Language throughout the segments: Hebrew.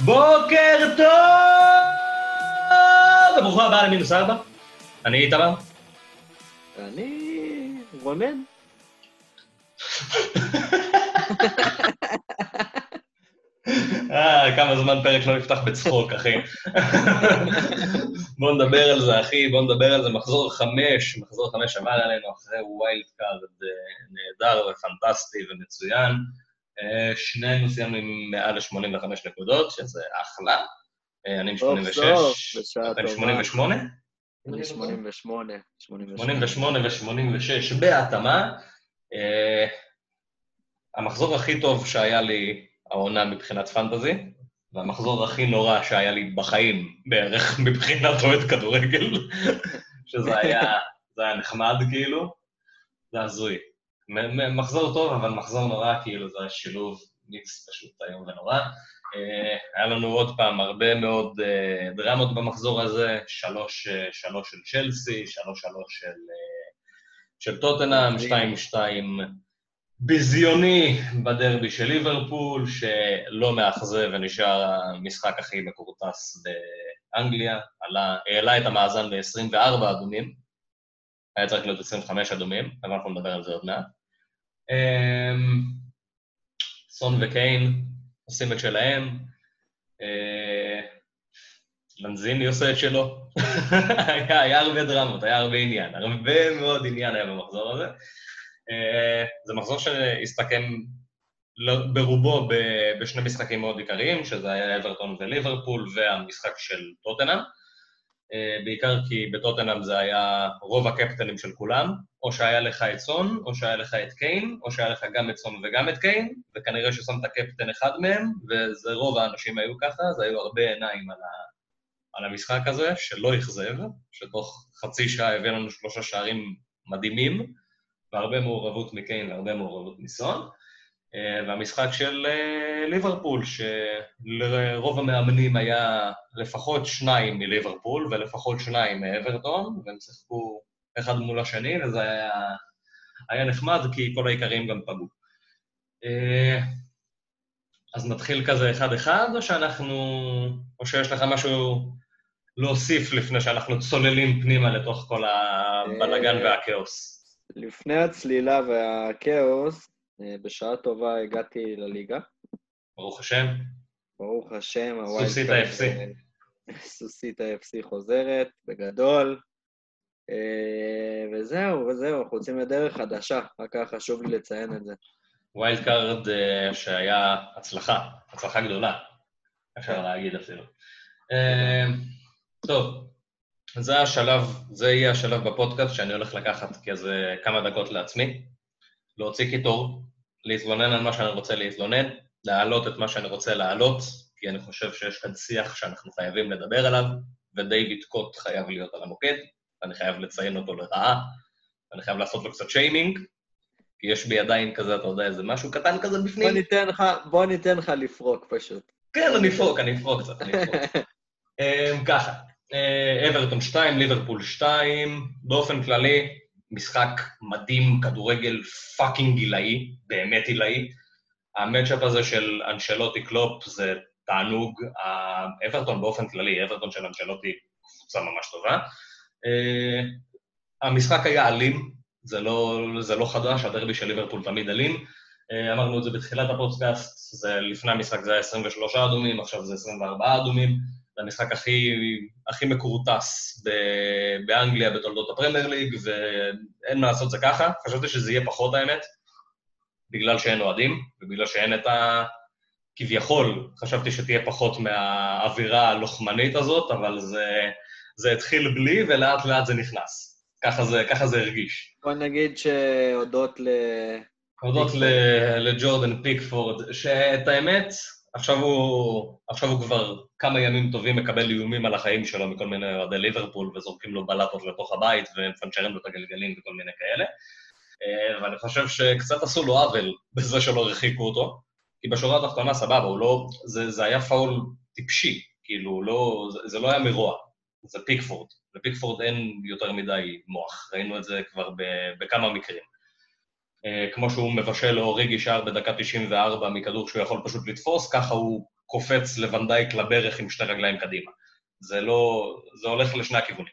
בוקר טוב! וברוכה הבאה למינוס 4. אני איתמר. אני רונן. כמה זמן פרק לא נפתח בצחוק, אחי. בוא נדבר על זה, אחי, בוא נדבר על זה. מחזור 5 עבר עלינו אחרי ווילד קארד נהדר ופנטסטי ומצוין. שנינו סיימנו עם מעל 85 נקודות, שזה אחלה. אני עם 86, אתה עם 88? אני 88. 88 ו-86 בהתאמה. המחזור הכי טוב שהיה לי העונה מבחינת פנטזי, והמחזור הכי נורא שהיה לי בחיים בערך מבחינת אוהד כדורגל, שזה היה נחמד כאילו, זה הזוי. מחזור טוב, אבל מחזור נורא כאילו, זה שילוב מיקס פשוט היום ונורא. היה לנו עוד פעם הרבה מאוד דרמות במחזור הזה, 3 של צ'לסי, 3 של טוטנהאם, 2-2 ביזיוני בדרבי של ליברפול, שלא מאכזב ונשאר המשחק הכי מקורטס באנגליה, העלה את המאזן ל-24 אדומים, היה צריך להיות 25 אדומים, אבל אנחנו נדבר על זה עוד מעט. סון וקיין עושים את שלהם, לנזיני עושה את שלו, היה הרבה דרמות, היה הרבה עניין, הרבה מאוד עניין היה במחזור הזה. זה מחזור שהסתכם ברובו בשני משחקים מאוד עיקריים, שזה היה אברטון וליברפול והמשחק של טוטנהאם, בעיקר כי בטוטנהאם זה היה רוב הקפטנים של כולם, או שהיה לך את סון, או שהיה לך את קיין, או שהיה לך גם את סון וגם את קיין, וכנראה ששמת קפטן אחד מהם, וזה רוב האנשים היו ככה, אז היו הרבה עיניים על המשחק הזה, שלא יחזב, שתוך חצי שעה הביא לנו 3 שערים מדהימים, והרבה מעורבות מקיין והרבה מעורבות מסון, והמשחק של ליברפול, שלרוב המאמנים היה לפחות 2 מליברפול, ולפחות 2 מאברטון, והם שיחקו אחד מול השני, וזה היה נחמד, כי כל העיקרים גם פגעו. אז נתחיל כזה אחד-אחד, או שיש לך משהו להוסיף לפני שאנחנו צוללים פנימה לתוך כל הבלגן והכאוס? לפני הצלילה והכאוס, בשעה טובה הגעתי לליגה. ברוך השם. ברוך השם. סוסית ה-FC. סוסית ה-FC חוזרת, בגדול. וזהו, אנחנו יוצאים לדרך חדשה, רק היה חשוב לי לציין את זה. ווילד קארד שהיה הצלחה גדולה, אפשר להגיד אפילו. טוב. זה יהיה השלב בפודקאסט שאני הולך לקחת כזה כמה דקות לעצמי, להוציא קיטור, להתלונן על מה שאני רוצה להתלונן, להעלות את מה שאני רוצה להעלות, כי אני חושב שיש כאן שיח שאנחנו חייבים לדבר עליו, ודייוויד קוט חייב להיות על המוקד, ואני חייב לציין אותו לרעה, ואני חייב לעשות לו קצת שיימינג, כי יש בי עדיין כזה, אתה יודע, איזה משהו קטן כזה בפנים. בוא ניתן לך לפרוק פשוט. כן, אני אפרוק קצת. ככה. אברטון 2, ליברפול 2, באופן כללי, משחק מדהים, כדורגל פאקינג גילאי, באמת גילאי. המאצ'אפ הזה של אנשלוטי קלופ זה תענוג, אברטון באופן כללי, אברטון של אנשלוטי קבוצה ממש טובה. המשחק היה אלים, זה לא חדש, הדרבי של ליברפול תמיד אלים. אמרנו את זה בתחילת הפודקאסט, לפני המשחק זה היה 23 אדומים, עכשיו זה 24 אדומים. זה המשחק הכי מקורטס באנגליה בתולדות הפרמייר ליג, ואין מה לעשות זה ככה. חשבתי שזה יהיה פחות האמת, בגלל שאין אוהדים, ובגלל שאין את כביכול, חשבתי שתהיה פחות מהאווירה הלוחמנית הזאת, אבל זה התחיל בלי, ולאט לאט זה נכנס. ככה זה הרגיש. בוא נגיד שהודות לג'ורדן פיקפורד, שאת האמת, עכשיו הוא כבר כמה ימים טובים מקבל איומים על החיים שלו מכל מיני אוהדי ליברפול, וזורקים לו בלטות לתוך הבית, ומפנצ'רים לו את הגלגלים וכל מיני כאלה. ואני חושב שקצת עשו לו עוול בזה שלא הרחיקו אותו, כי בשורה התחתונה סבבה, זה היה פאול טיפשי, כאילו, זה לא היה מרוע, זה פיקפורד. לפיקפורד אין יותר מדי מוח, ראינו את זה כבר בכמה מקרים. כמו שהוא מבשל לאוריגי שער בדקה 94 מכדור שהוא יכול פשוט לתפוס, ככה הוא קופץ לוונדייק לברך עם 2 רגליים קדימה. זה הולך לשני הכיוונים.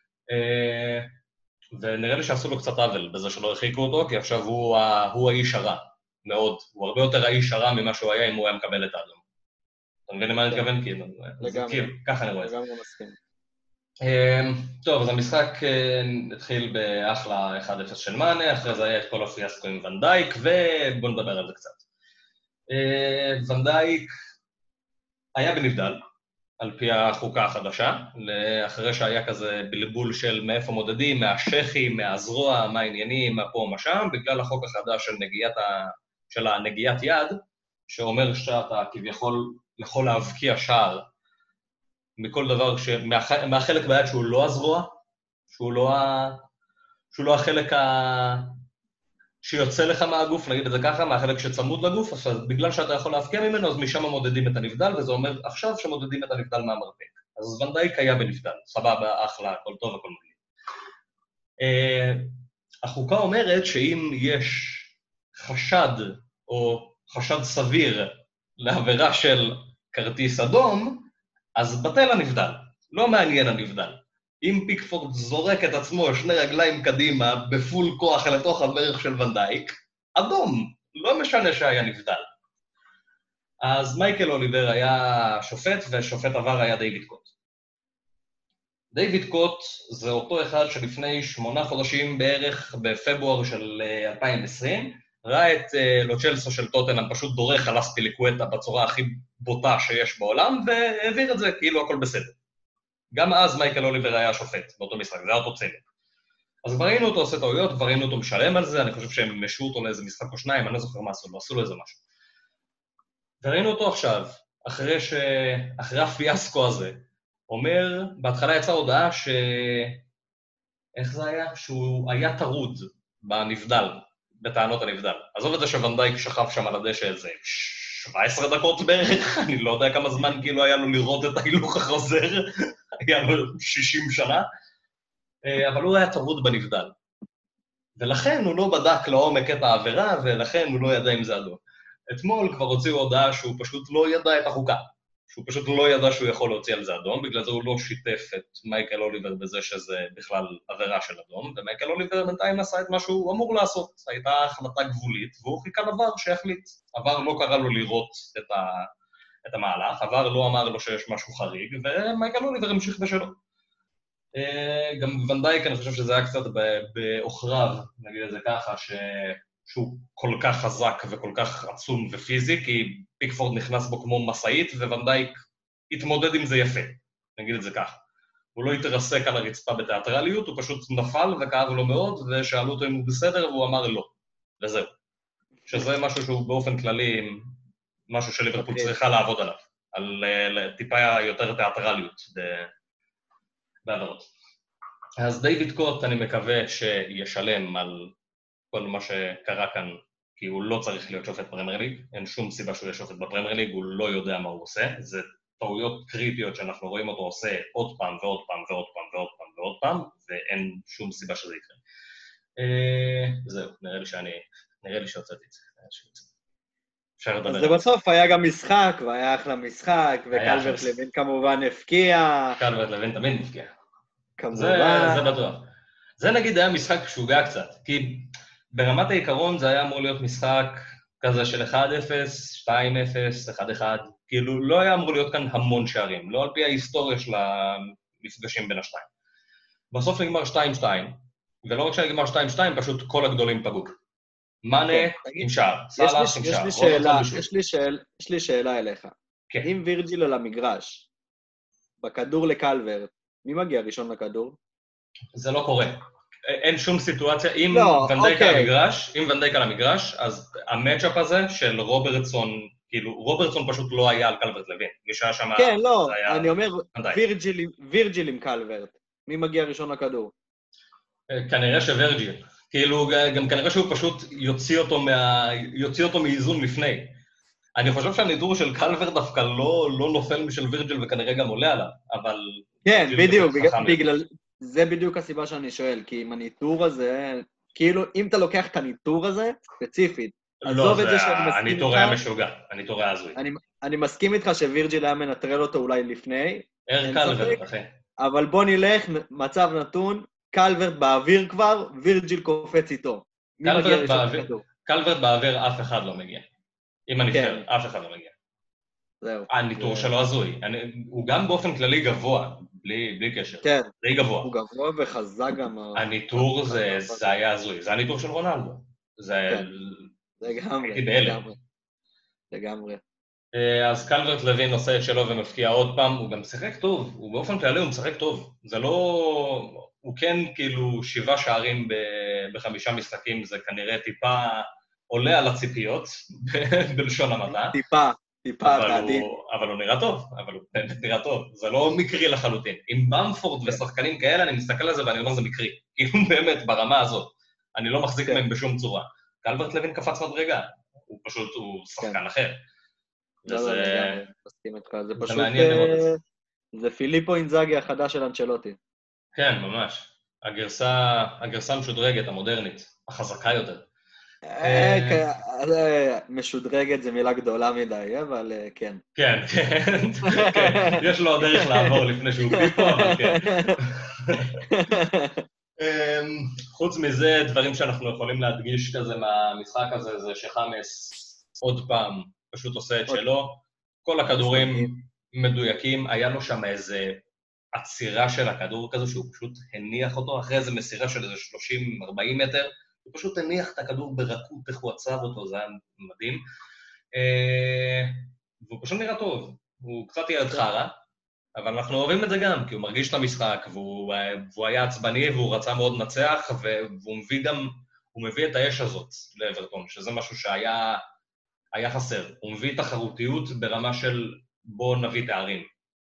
ונראה לי שעשו לו קצת עוול בזה שלא הרחיקו אותו, כי עכשיו הוא האיש הרע, מאוד. הוא הרבה יותר האיש הרע ממה שהוא היה אם הוא היה מקבל את האדום. אתה מבין למה אני מתכוון? לגמרי. ככה אני רואה את זה. לגמרי מסכים. טוב, אז המשחק התחיל באחלה 1-0 של מאנה, אחרי זה היה את כל הפיאסקו עם ונדייק, ובואו נדבר על זה קצת. ונדייק היה בנבדל, על פי החוקה החדשה, אחרי שהיה כזה בלבול של מאיפה מודדים, מהשכי, מהזרוע, מה העניינים, מה פה, מה שם, בגלל החוק החדש של הנגיעת יד, שאומר שאתה כביכול יכול להבקיע שער מכל דבר, מהחלק ביד שהוא לא הזרוע, שהוא לא החלק שיוצא לך מהגוף, נגיד את זה ככה, מהחלק שצמוד לגוף, אז בגלל שאתה יכול להבקיע ממנו, אז משם מודדים את הנבדל, וזה אומר עכשיו שמודדים את הנבדל מהמרפק. אז ונדייק היה בנבדל, סבבה, אחלה, הכל טוב, הכל מגניב. החוקה אומרת שאם יש חשד, או חשד סביר, לעבירה של כרטיס אדום, אז בטל הנבדל, לא מעניין הנבדל. אם פיקפורד זורק את עצמו 2 רגליים קדימה בפול כוח לתוך הברך של ונדייק, אדום, לא משנה שהיה נבדל. אז מייקל אוליבר היה שופט, ושופט עבר היה דיוויד קוט. דיוויד קוט זה אותו אחד שלפני 8 חודשים בערך, בפברואר של 2020, ראה את לו צ'לסו של טוטנהאם פשוט דורך על אספיליקווטה בצורה הכי בוטה שיש בעולם, והעביר את זה כאילו הכל בסדר. גם אז מייקל אוליבר היה שופט באותו משחק, זה היה אותו צוות. אז כבר ראינו אותו עושה טעויות, כבר ראינו אותו משלם על זה, אני חושב שהם משו אותו לאיזה משחק או 2, אני לא זוכר מה עשו לו איזה משהו. וראינו אותו עכשיו, אחרי הפיאסקו הזה, אומר, בהתחלה יצאה הודעה איך זה היה? שהוא היה טרוד בנבדל, בטענות הנבדל. עזוב את זה שוונדייק שכב שם על הדשא איזה 17 דקות בערך, אני לא יודע כמה זמן כאילו היה לו לראות את ההילוך החוזר, היה לו 60 שנה, אבל הוא היה טרוד בנבדל. ולכן הוא לא בדק לעומק את העבירה, ולכן הוא לא ידע אם זה אדום. אתמול כבר הוציאו הודעה שהוא פשוט לא ידע את החוקה, שהוא פשוט לא ידע שהוא יכול להוציא על זה אדום, בגלל זה הוא לא שיתף את מייקל אוליבר בזה שזה בכלל עבירה של אדום, ומייקל אוליבר בינתיים עשה את מה שהוא אמור לעשות. הייתה החלטה גבולית, והוא חיכה עבר שהחליט. עבר לא קרא לו לראות את המהלך, עבר לא אמר לו שיש משהו חריג, ומייקל אוליבר המשיך בשלו. גם ונדייק, אני חושב שזה היה קצת באוכריו, נגיד את זה ככה, שהוא כל כך חזק וכל כך עצום ופיזי, כי פיקפורד נכנס בו כמו מסעית, וונדייק התמודד עם זה יפה, נגיד את זה ככה. הוא לא התרסק על הרצפה בתיאטרליות, הוא פשוט נפל וכאב לו מאוד, ושאלו אותו אם הוא בסדר, והוא אמר לא. וזהו. שזה משהו שהוא באופן כללי, משהו שליברפול צריכה לעבוד עליו, על טיפה יותר תיאטרליות בעברות. אז דיוויד קוט, אני מקווה שישלם על כל מה שקרה כאן, כי הוא לא צריך להיות שופט פרמייר ליג, אין שום סיבה שהוא יהיה שופט בפרמייר ליג, הוא לא יודע מה הוא עושה, זה טעויות קריטיות שאנחנו רואים אותו עושה עוד פעם ועוד פעם ועוד פעם ועוד פעם ועוד פעם, ואין שום סיבה שזה יקרה. זהו, נראה לי שהוצאתי את זה. אז זה בסוף היה גם משחק, והיה אחלה משחק, וקלברט לוין כמובן הפקיע. קלברט לוין תמיד הפקיע. כמובן. זה בטוח. זה נגיד היה משחק שוגע קצת, כי ברמת העיקרון זה היה אמור להיות משחק כזה של 1-0, 2-0, 1-1, כאילו לא היה אמור להיות כאן המון שערים, לא על פי ההיסטוריה של המפגשים בין השתיים. בסוף נגמר 2-2, ולא רק שנגמר 2-2, פשוט כל הגדולים פגעו. מאנה עם שער, סלאח עם שער. יש לי שאלה אליך. אם וירג'יל על המגרש, בכדור לקלברט, מי מגיע ראשון לכדור? זה לא קורה. אין שום סיטואציה, אם ונדייק על המגרש, אז המאצ'אפ הזה של רוברטסון, כאילו, רוברטסון פשוט לא היה על קלברט לוין. מי שהיה שם... כן, לא, אני אומר, וירג'יל עם קלברט. מי מגיע ראשון לכדור? כנראה שווירג'יל. כאילו, גם כנראה שהוא פשוט יוציא אותו מאיזון לפני. אני חושב שהניטור של קלברט דווקא לא נופל משל וירג'יל וכנראה גם עולה עליו, אבל... כן, בדיוק, בגלל... זה בדיוק הסיבה שאני שואל, כי עם הניטור הזה, כאילו, אם אתה לוקח את הניטור הזה, ספציפית, עזוב את זה שאני מסכים איתך. הניטור היה משוגע, הניטור היה הזוי. אני מסכים איתך שווירג'יל היה מנטרל אותו אולי לפני. קלברט, אחי. אבל בוא נלך, מצב נתון, קלברט באוויר כבר, וירג'יל קופץ איתו. קלברט באוויר אף אחד לא מגיע. אם אני חושב, אף אחד לא מגיע. זהו. הניטור שלו הזוי. הוא גם באופן כללי גבוה, בלי קשר. כן. די גבוה. הוא גבוה וחזק גם. הניטור זה היה הזוי. זה הניטור של רונלדו. זה לגמרי. אז קלברט לוין עושה את שלו ומפקיע עוד פעם, הוא גם משחק טוב, הוא באופן כללי הוא משחק טוב, זה לא, הוא כן כאילו 7 שערים ב5 משחקים, זה כנראה טיפה עולה על הציפיות, בלשון המעטה. טיפה, אבל הוא נראה טוב, נראה טוב, זה לא מקרי לחלוטין. עם במפורד ושחקנים כאלה, אני מסתכל על זה ואני אומר זה מקרי, כאילו באמת ברמה הזאת, אני לא מחזיק מהם בשום צורה. קלברט לוין קפץ מדרגה, הוא פשוט, הוא שחקן אחר. זה פשוט, זה פיליפו אינזאגי החדש של אנצ'לוטי. כן, ממש. הגרסה המשודרגת, המודרנית, החזקה יותר. משודרגת זה מילה גדולה מדי, אבל כן. כן, יש לו דרך לעבור לפני שהוא פיפו, אבל כן. חוץ מזה, דברים שאנחנו יכולים להדגיש כזה מהמשחק הזה, זה שחמאס עוד פעם פשוט עושה את שלו, כל הכדורים מדויקים, היה לו שם איזה עצירה של הכדור כזה, שהוא פשוט הניח אותו, אחרי איזה מסירה של איזה 30-40 מטר, הוא פשוט הניח את הכדור ברכות, איך הוא עצר אותו, זה היה מדהים. והוא פשוט נראה טוב, הוא קצת ירד חרה, אבל אנחנו אוהבים את זה גם, כי הוא מרגיש את המשחק, והוא היה עצבני, והוא רצה מאוד לנצח, והוא מביא גם, הוא מביא את האש הזאת לאברטון, שזה משהו היה חסר. הוא מביא תחרותיות ברמה של בוא נביא תארים.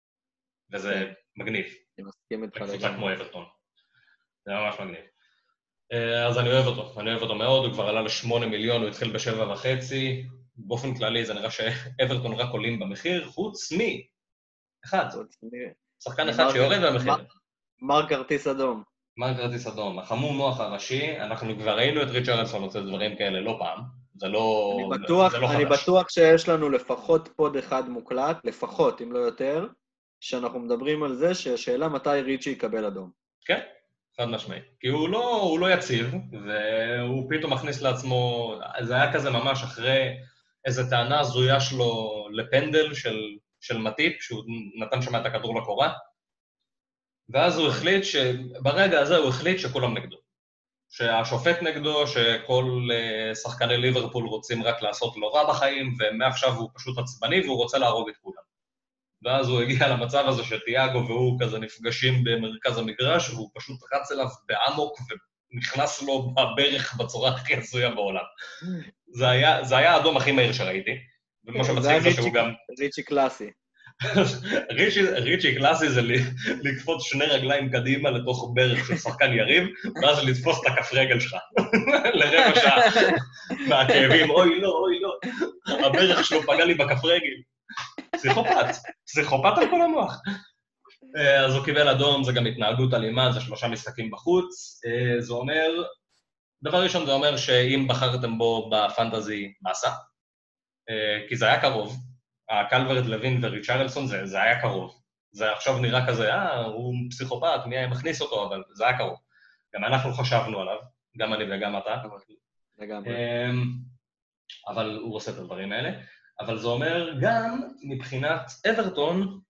וזה מגניב. אני מסכים איתך לגמרי. קבוצה כמו אברטון. זה ממש מגניב. אז אני אוהב אותו מאוד, הוא כבר עלה ל8 מיליון, הוא התחיל ב7.5. באופן כללי זה נראה שאברטון רק עולים במחיר, חוץ אחד. שחקן אחד שיורד במחיר. מר כרטיס אדום. מר כרטיס אדום. החמום מוח הראשי, אנחנו כבר ראינו את ריצ'רלסון עושה דברים כאלה לא פעם. זה לא חדש. אני בטוח שיש לנו לפחות פוד אחד מוקלט, לפחות, אם לא יותר, שאנחנו מדברים על זה שהשאלה מתי ריצ'י יקבל אדום. כן, חד משמעי. כי הוא לא יציב, והוא פתאום מכניס לעצמו, זה היה כזה ממש אחרי איזו טענה זויה שלו לפנדל של מטיפ, שהוא נתן שם את הכדור לקורה, ואז הוא החליט ברגע הזה הוא החליט שכולם נגדו. שהשופט נגדו, שכל שחקני ליברפול רוצים רק לעשות לו רע בחיים, ומעכשיו הוא פשוט עצבני והוא רוצה להרוג את כולם. ואז הוא הגיע למצב הזה שתיאגו והוא כזה נפגשים במרכז המגרש, והוא פשוט רץ אליו באמוק ונכנס לו בברך בצורה הכי עשויה בעולם. זה היה האדום הכי מהיר שראיתי, ומה שמצחיק זה שהוא גם... ריצ'י קלאסי. ריצ'י קלאסי זה לקפוץ 2 רגליים קדימה לתוך ברך של שחקן יריב, ואז לתפוס את הכף רגל שלך. לרבע שעה. מהכאבים, אוי לא, הברך שלו פגע לי בכף רגל. פסיכופת על כל המוח. אז הוא קיבל אדום, זה גם התנהגות אלימה, זה 3 משחקים בחוץ. זה אומר, דבר ראשון זה אומר שאם בחרתם בו בפנטזי מסה, כי זה היה קרוב, הקלברט לוין וריצ'רלסון זה היה קרוב. זה עכשיו נראה כזה, הוא פסיכופת, מי היה מכניס אותו, אבל זה היה קרוב. גם אנחנו חשבנו עליו, גם אני וגם אתה. לגמרי. אבל הוא עושה את הדברים האלה. אבל זה אומר גם מבחינת אברטון,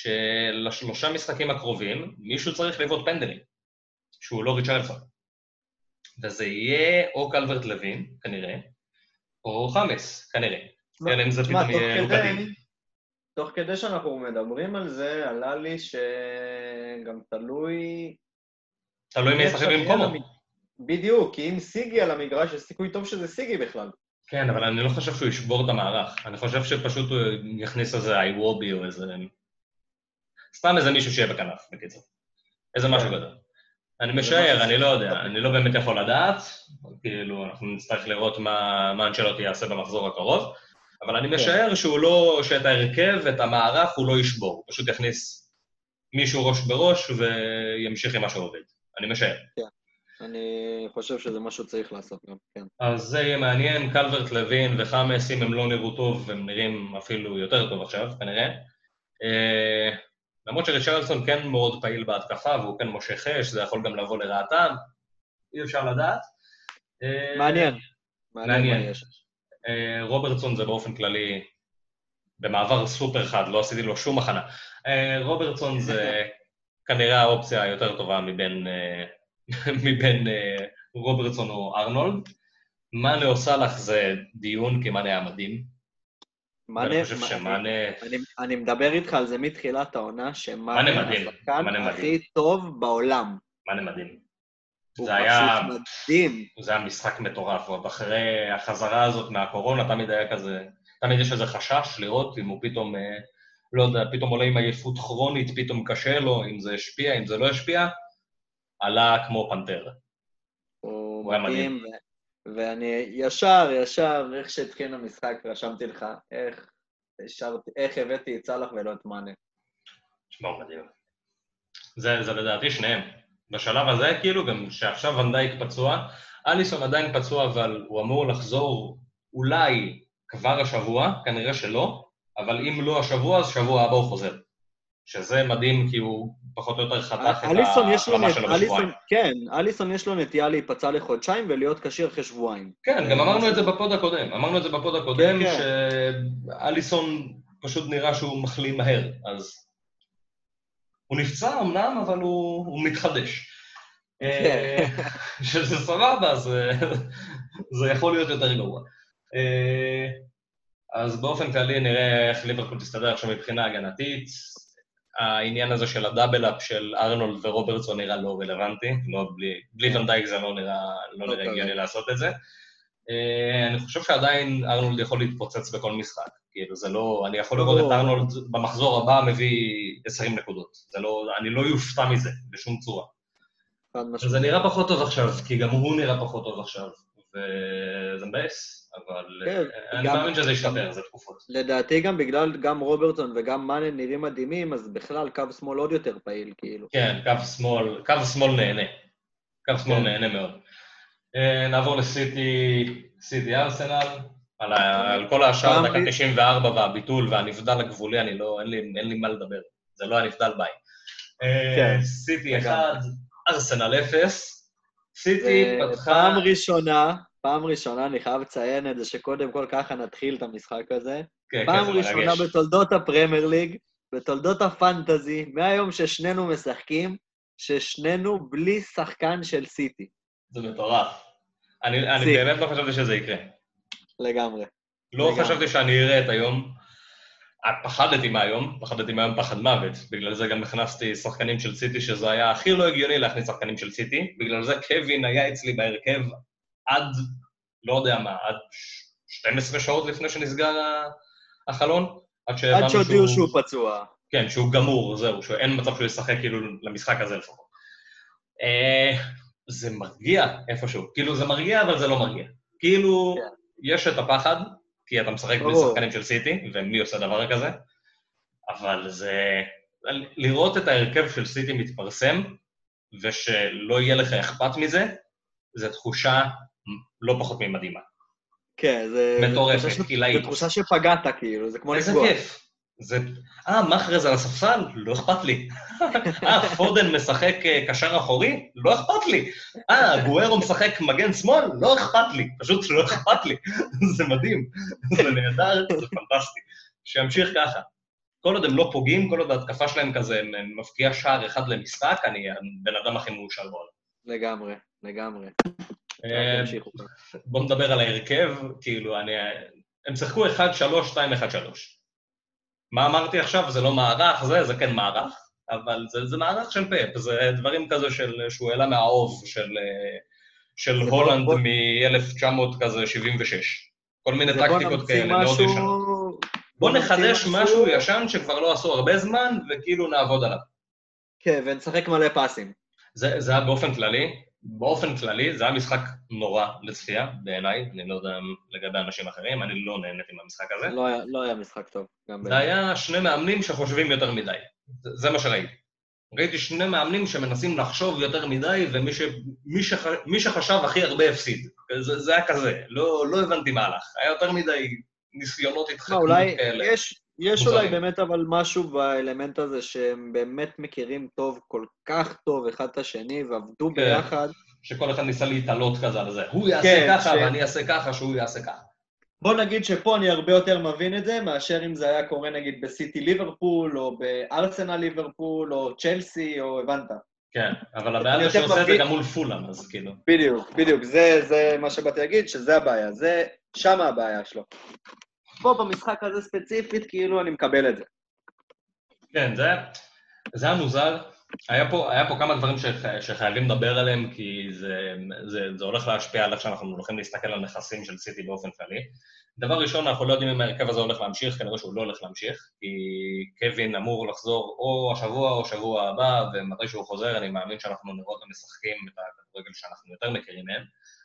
של3 משחקים הקרובים, מישהו צריך לבעוט פנדלים, שהוא לא ריצ'רלסון. וזה יהיה או קלברט לוין, כנראה, או חמאס, כנראה. אלא אם זה פתאום יהיה עובדים. תוך כדי שאנחנו מדברים על זה, עלה לי שגם תלוי... תלוי מי ישחק במקומו. בדיוק, כי אם סיגי על המגרש, יש סיכוי טוב שזה סיגי בכלל. כן, אבל אני לא חושב שהוא ישבור את המערך. אני חושב שפשוט הוא יכניס איזה איוובי או איזה... סתם איזה מישהו שיהיה בכנף, בקיצור. איזה משהו גדול. אני משער, אני לא יודע, אני לא באמת יכול לדעת, כאילו, אנחנו נצטרך לראות מה אנצ'לוטי יעשה במחזור הקרוב, אבל אני משער שאת ההרכב, את המערך, הוא לא ישבור, הוא פשוט יכניס מישהו ראש בראש וימשיך עם מה שעובד. אני משער. אני חושב שזה משהו שצריך לעשות גם, כן. אז זה יהיה מעניין, קלברט לוין וחמאס, אם הם לא נראו טוב, הם נראים אפילו יותר טוב עכשיו, כנראה. למרות שריצ'רלסון כן מאוד פעיל בהתקפה, והוא כן מושך אש, זה יכול גם לבוא לרעתם, אי אפשר לדעת. מעניין. מעניין מה יש. רוברטסון זה באופן כללי, במעבר סופר חד, לא עשיתי לו שום הכנה. רוברטסון זה כנראה האופציה היותר טובה מבין רוברטסון או ארנולד. מאנה או סלאח זה דיון, כי מאנה היה מדהים. אני מדבר איתך על זה מתחילת העונה, שמאנה השחקן הכי טוב בעולם. מאנה מדהים. הוא פשוט מדהים. זה היה משחק מטורף, ועוד אחרי החזרה הזאת מהקורונה, תמיד היה כזה, תמיד יש איזה חשש לראות אם הוא פתאום, לא יודע, פתאום עולה עם עייפות כרונית, פתאום קשה לו, אם זה השפיע, אם זה לא השפיע, עלה כמו פנתר. הוא מדהים, ואני ישר, איך שהתחיל המשחק, רשמתי לך, איך הבאתי את סלאח ולא את מאנה. שמע, מדהים. זה לדעתי שניהם. בשלב הזה, כאילו, גם שעכשיו ונדייק פצוע, אליסון עדיין פצוע, אבל הוא אמור לחזור אולי כבר השבוע, כנראה שלא, אבל אם לא השבוע, אז שבוע הבא הוא חוזר. שזה מדהים, כי הוא פחות או יותר חתך את ההחלמה שלו בשבועיים. כן, אליסון יש לו נטייה להיפצע לחודשיים ולהיות קשיר אחרי שבועיים. כן, גם אמרנו את זה בפוד הקודם, שאליסון פשוט נראה שהוא מחלים מהר, אז הוא נפצע אמנם, אבל הוא מתחדש. שזה סבבה, זה יכול להיות יותר גרוע. אז באופן כללי נראה איך ליברפול תסתדר עכשיו מבחינה הגנתית. העניין הזה של הדאבל-אפ של ארנולד ורוברטסון נראה לא רלוונטי, בלי ונדייק זה לא נראה הגיוני לעשות את זה. אני חושב שעדיין ארנולד יכול להתפוצץ בכל משחק. כאילו זה לא, אני יכול לראות את ארנולד במחזור הבא מביא 20 נקודות. אני לא יופתע מזה בשום צורה. זה נראה פחות טוב עכשיו, כי גם הוא נראה פחות טוב עכשיו, וזה מבאס, אבל אני מאמין שזה ישתפר, זה תקופות. לדעתי גם בגלל גם רוברטסון וגם מאנה נראים מדהימים, אז בכלל קו שמאל עוד יותר פעיל, כאילו. כן, קו שמאל נהנה. קו שמאל נהנה מאוד. נעבור לסיטי ארסנל, על כל השאר, דקה 94 והביטול והנבדל הגבולי, אין לי מה לדבר. זה לא הנבדל ביי. סיטי 1, ארסנל 0, סיטי פתחה... פעם ראשונה, אני חייב לציין את זה שקודם כל ככה נתחיל את המשחק הזה. פעם ראשונה בתולדות הפרמייר ליג, בתולדות הפנטזי, מהיום ששנינו משחקים, ששנינו בלי שחקן של סיטי. זה מטורף. אני באמת לא חשבתי שזה יקרה. לגמרי. לא חשבתי שאני אראה את היום. פחדתי מהיום פחד מוות. בגלל זה גם הכנסתי שחקנים של סיטי, שזה היה הכי לא הגיוני להכניס שחקנים של סיטי. בגלל זה קווין היה אצלי בהרכב עד, לא יודע מה, עד 12 שעות לפני שנסגר החלון. עד שהודיעו שהוא פצוע. כן, שהוא גמור, זהו, שאין מצב שהוא ישחק כאילו למשחק הזה לפחות. זה מרגיע איפשהו. כאילו זה מרגיע, אבל זה לא מרגיע. כאילו יש את הפחד, כי אתה משחק בלי שחקנים של סיטי, ומי עושה דבר כזה, אבל זה... לראות את ההרכב של סיטי מתפרסם, ושלא יהיה לך אכפת מזה, זו תחושה לא פחות ממדהימה. כן, זה... מטורפת, קילאית. זו תחושה שפגעת, כאילו, זה כמו לפגוע. איזה כיף. מחרז על הספסל? לא אכפת לי. פודן משחק קשר אחורי? לא אכפת לי. גוארו משחק מגן שמאל? לא אכפת לי. פשוט לא אכפת לי. זה מדהים. זה נהדר, זה פנטסטי. שימשיך ככה. כל עוד הם לא פוגעים, כל עוד ההתקפה שלהם כזה מפקיע שער אחד למשחק, אני בן אדם הכי מאושר בעולם. לגמרי. בואו נדבר על ההרכב, כאילו, הם שחקו 1-3, 2-1-3. מה אמרתי עכשיו? זה לא מערך, זה כן מערך, אבל זה מערך של פאפ, זה דברים כזה שהוא העלה מהאוב של הולנד מ-1976. כל מיני טקטיקות כאלה, מאוד ישנות. בוא נחדש משהו ישן שכבר לא עשו הרבה זמן, וכאילו נעבוד עליו. כן, ונשחק מלא פסים. זה היה באופן כללי, זה היה משחק נורא לצפייה, בעיניי, אני לא יודע לגבי אנשים אחרים, אני לא נהניתי מהמשחק הזה. לא היה משחק טוב. זה היה שני מאמנים שחושבים יותר מדי, זה מה שראיתי. ראיתי שני מאמנים שמנסים לחשוב יותר מדי, ומי שחשב הכי הרבה הפסיד. זה היה כזה, לא הבנתי מהלך. היה יותר מדי ניסיונות התחכמות כאלה. יש אולי באמת אבל משהו באלמנט הזה שהם באמת מכירים טוב, כל כך טוב אחד את השני, ועבדו ביחד. שכל אחד ניסה להתעלות כזה על זה. הוא יעשה ככה ואני אעשה ככה, שהוא יעשה ככה. בוא נגיד שפה אני הרבה יותר מבין את זה, מאשר אם זה היה קורה נגיד בסיטי ליברפול, או בארסנל ליברפול, או צ'לסי, או הבנת. כן, אבל הבעיה זה שעושה את זה גם מול פולאם, אז כאילו. בדיוק, זה מה שבאתי להגיד, שזה הבעיה, זה שמה הבעיה שלו. פה במשחק הזה ספציפית, כאילו אני מקבל את זה. כן, זה היה מוזר. היה פה כמה דברים שחייבים לדבר עליהם, כי זה הולך להשפיע על איך שאנחנו הולכים להסתכל על נכסים של סיטי באופן כללי. דבר ראשון, אנחנו לא יודעים אם ההרכב הזה הולך להמשיך, כנראה שהוא לא הולך להמשיך, כי קווין אמור לחזור או השבוע או שבוע הבא, ומתי שהוא חוזר, אני מאמין שאנחנו נראה אותם משחקים את הכדורגל שאנחנו יותר מכירים מהם.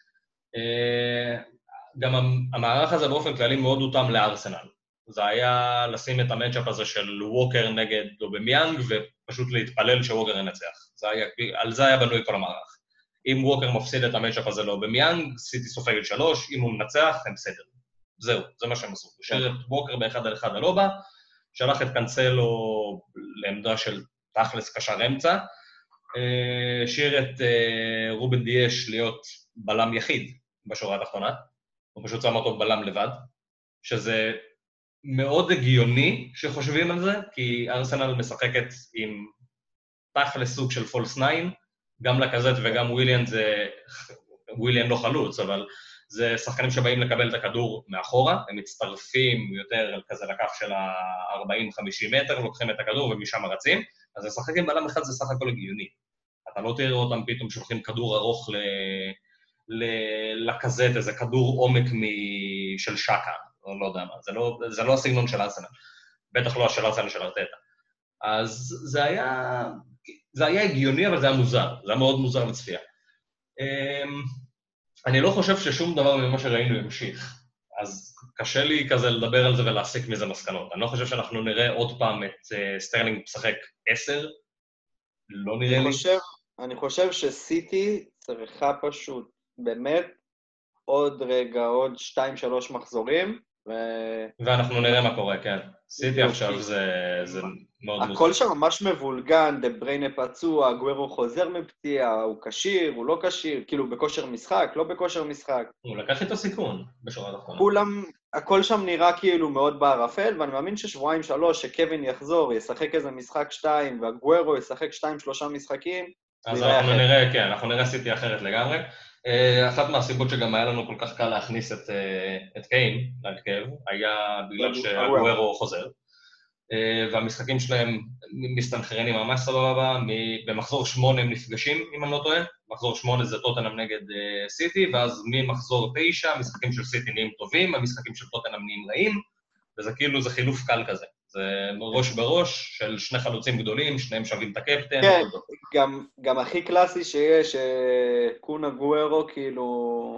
גם המערך הזה באופן כללי מאוד הותאם לארסנל. זה היה לשים את המאצ'אפ הזה של ווקר נגד אובמיאנג, ופשוט להתפלל שווקר ינצח. על זה היה בנוי כל המערך. אם ווקר מפסיד את המאצ'אפ הזה לאובמיאנג, סיטי סופגת 3, אם הוא מנצח, הם בסדר. זהו, זה מה שהם עשו. הוא השאיר את ווקר באחד על אחד על אובה, שלח את קנסלו לעמדה של תכלס קשר אמצע, השאיר את רובן דיאש להיות בלם יחיד בשורה התחתונה, הוא פשוט שם אותו בלם לבד, שזה מאוד הגיוני שחושבים על זה, כי ארסנל משחקת עם תכלס סוג של פולס 9, גם לקזט וגם וויליאן לא חלוץ, אבל זה שחקנים שבאים לקבל את הכדור מאחורה, הם מצטרפים יותר כזה לקף של ה-40-50 מטר, לוקחים את הכדור ומשם רצים, אז לשחק עם בלם אחד זה סך הכל הגיוני. אתה לא תראה אותם פתאום שולחים כדור ארוך לקזט, איזה כדור עומק של שקה, לא יודע מה, זה לא הסגנון של ארסנל, בטח לא של ארסנל של ארטטה. אז זה היה הגיוני, אבל זה היה מוזר, זה היה מאוד מוזר לצפייה. אני לא חושב ששום דבר ממה שראינו ימשיך, אז קשה לי כזה לדבר על זה ולהסיק מזה מסקנות. אני לא חושב שאנחנו נראה עוד פעם את סטרלינג משחק 10, לא נראה לי. אני חושב שסיטי צריכה פשוט באמת עוד 2-3 מחזורים, ואנחנו נראה מה קורה, כן. סיטי עכשיו זה מאוד מוזר. הכל שם ממש מבולגן, דה בריינה פצוע, גוורו חוזר מפציעה, הוא קשיר, הוא לא קשיר, כאילו בכושר משחק, לא בכושר משחק. הוא לקח את הסיכון בשורה התחתונה. הכל שם נראה כאילו מאוד בערפל, ואני מאמין ששבועיים-3 שקווין יחזור, ישחק איזה משחק 2, והגוורו ישחק 2-3 משחקים. אז אנחנו נראה, כן, אנחנו נראה סיטי אחרת לגמרי. אחת מהסיבות שגם היה לנו כל כך קל להכניס את קיין להרכב, היה בגלל שהגוורו חוזר, והמשחקים שלהם מסתנכרנים ממש סבבה, במחזור 8 הם נפגשים, אם אני לא טועה, מחזור 8 זה טוטנהאם נגד סיטי, ואז ממחזור 9 המשחקים של סיטי נהיים טובים, המשחקים של טוטנהאם נהיים רעים, וזה כאילו, זה חילוף קל כזה. זה ראש בראש של שני חלוצים גדולים, שניהם שווים את הקפטן. כן, גם הכי קלאסי שיש, קון הגוורו, כאילו,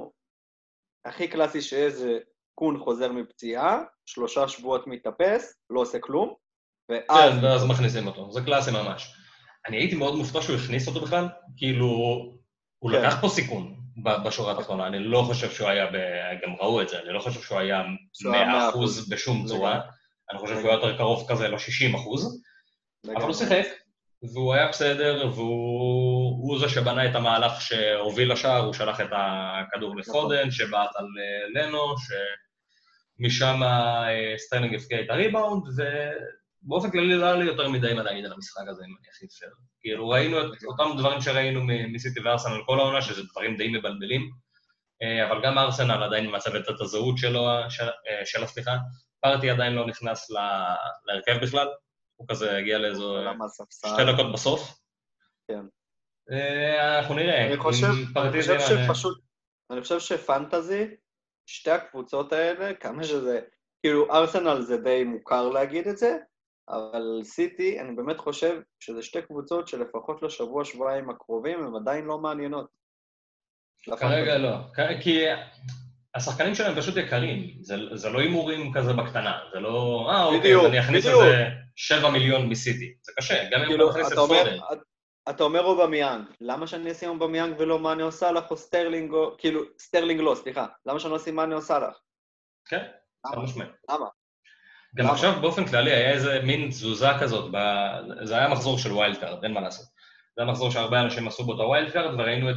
הכי קלאסי שיש זה קון חוזר מפציעה, 3 שבועות מתאפס, לא עושה כלום, כן, ואז מכניסים אותו, זה קלאסי ממש. אני הייתי מאוד מופתע שהוא הכניס אותו בכלל, כאילו, הוא לקח פה סיכון בשורה התחתונה, אני לא חושב שהוא היה, גם ראו את זה, אני לא חושב שהוא היה 100% בשום צורה, אני חושב שהוא היה יותר קרוב כזה ל-60%, אבל הוא שיחק, והוא היה בסדר, והוא זה שבנה את המהלך שהוביל לשער, הוא שלח את הכדור לפודן, שבעט על לנו, שמשם סטרלינג הפקיע את הריבאונד, ובאופן כללי לא היה לי יותר מדי מה להגיד על המשחק הזה, אם אני הכי פייר. כאילו ראינו את אותם דברים שראינו מסיטי וארסנל כל העונה, שזה דברים די מבלבלים, אבל גם ארסנל עדיין מצבת את הזהות שלה, פארטי עדיין לא נכנס להרכב בכלל, הוא כזה הגיע לאיזו 2 דקות בסוף. כן. אנחנו נראה. אני חושב שפנטזי, שתי הקבוצות האלה, כמה שזה, כאילו ארסנל זה די מוכר להגיד את זה, אבל סיטי, אני באמת חושב שזה שתי קבוצות שלפחות לשבוע, שבועיים הקרובים, הן עדיין לא מעניינות. כרגע לא, כי השחקנים שלהם פשוט יקרים, זה לא הימורים כזה בקטנה, זה לא, אוקיי, אז אני אכניס איזה 7 מיליון מסיטי, זה קשה, גם אם אתה מכניס את פודן. אתה אומר אובמיאנג, למה שאני אשים אובמיאנג ולא מאני או סלאח או סטרלינג או, כאילו, סטרלינג לא, סליחה, למה שאני לא אשים מאני או סלאח? כן, חד משמעית. למה? גם עכשיו באופן כללי היה איזה מין תזוזה כזאת, זה היה מחזור של ווילד קארד, אין מה לעשות. זה היה מחזור שהרבה אנשים עשו בו את הווילד קארד, וראינו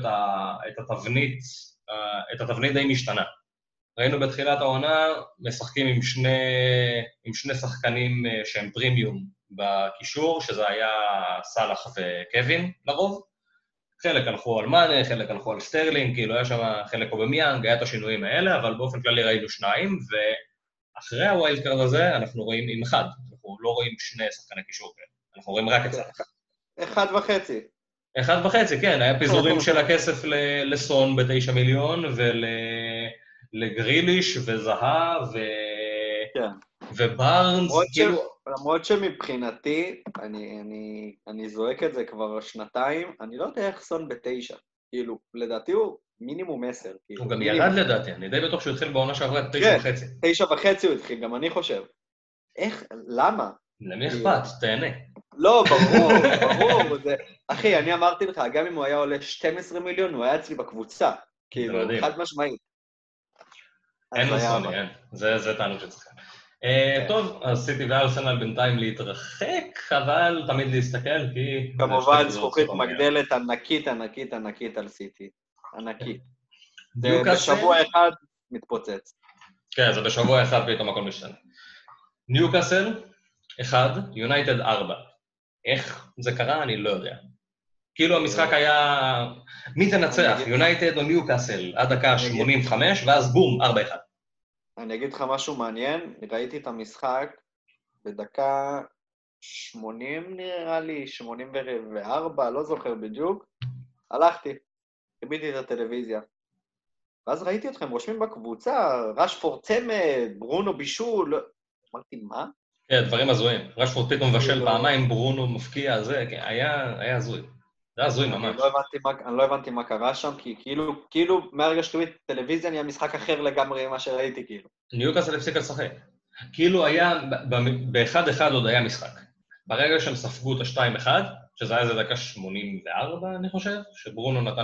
את התבנית די משתנה. ראינו בתחילת העונה, משחקים עם שני שחקנים שהם פרימיום בקישור, שזה היה סלאח וקווין לרוב. חלק הלכו על מאנה, חלק הלכו על סטרלינג, כאילו היה שם חלק אובמיאנג, היה את השינויים האלה, אבל באופן כללי ראינו שניים, ואחרי הווילד קארד הזה אנחנו רואים עם אחד, אנחנו לא רואים שני שחקני קישור כאלה, אנחנו רואים רק את סלאח. 1.5. 1.5, כן, היה פיזורים של הכסף לסון ב9 מיליון, לגריליש וזהב ובארנס, כאילו... למרות שמבחינתי, אני זועק את זה כבר שנתיים, אני לא יודע איך סון ב9, כאילו, לדעתי הוא מינימום 10. הוא גם ירד לדעתי, אני די בטוח שהוא התחיל בעונה שעברה 9.5. 9.5 הוא התחיל, גם אני חושב. איך, למה? למי אכפת? תהנה. לא, ברור. אחי, אני אמרתי לך, גם אם הוא היה עולה 12 מיליון, הוא היה אצלי בקבוצה. כאילו, חד משמעית. אין מוסוני, אין. זה תענוג שצריך. טוב, אז סיטי וארסנל בינתיים להתרחק, אבל תמיד להסתכל, כי... כמובן, זכוכית מגדלת ענקית על סיטי. ענקית. בשבוע אחד מתפוצץ. כן, זה בשבוע אחד פתאום הכל משתנה. ניוקאסל, 1, יונייטד 4. איך זה קרה? אני לא יודע. כאילו המשחק היה... מי תנצח? יונייטד או ניוקאסל? עד דקה 85, ואז בום, 4-1. אני אגיד לך משהו מעניין, ראיתי את המשחק בדקה 80 נראה לי, 84, לא זוכר בדיוק, הלכתי, חיביתי את הטלוויזיה, ואז ראיתי אתכם רושמים בקבוצה, רשפורד צמד, ברונו בישול, אמרתי, מה? כן, דברים הזויים, רשפורד פתאום מבשל פעמיים, ברונו מפקיע, זה היה הזוי. זה הזוי ממש. אני לא הבנתי מה קרה שם, כי כאילו מהרגע שתראיתי טלוויזיה נהיה משחק אחר לגמרי ממה שראיתי, כאילו. ניוקאסל הפסיק לשחק. כאילו היה, ב-1-1 עוד היה משחק. ברגע שהם ספגו את ה-2-1, שזה היה איזה דקה 84, אני חושב, שברונו נתן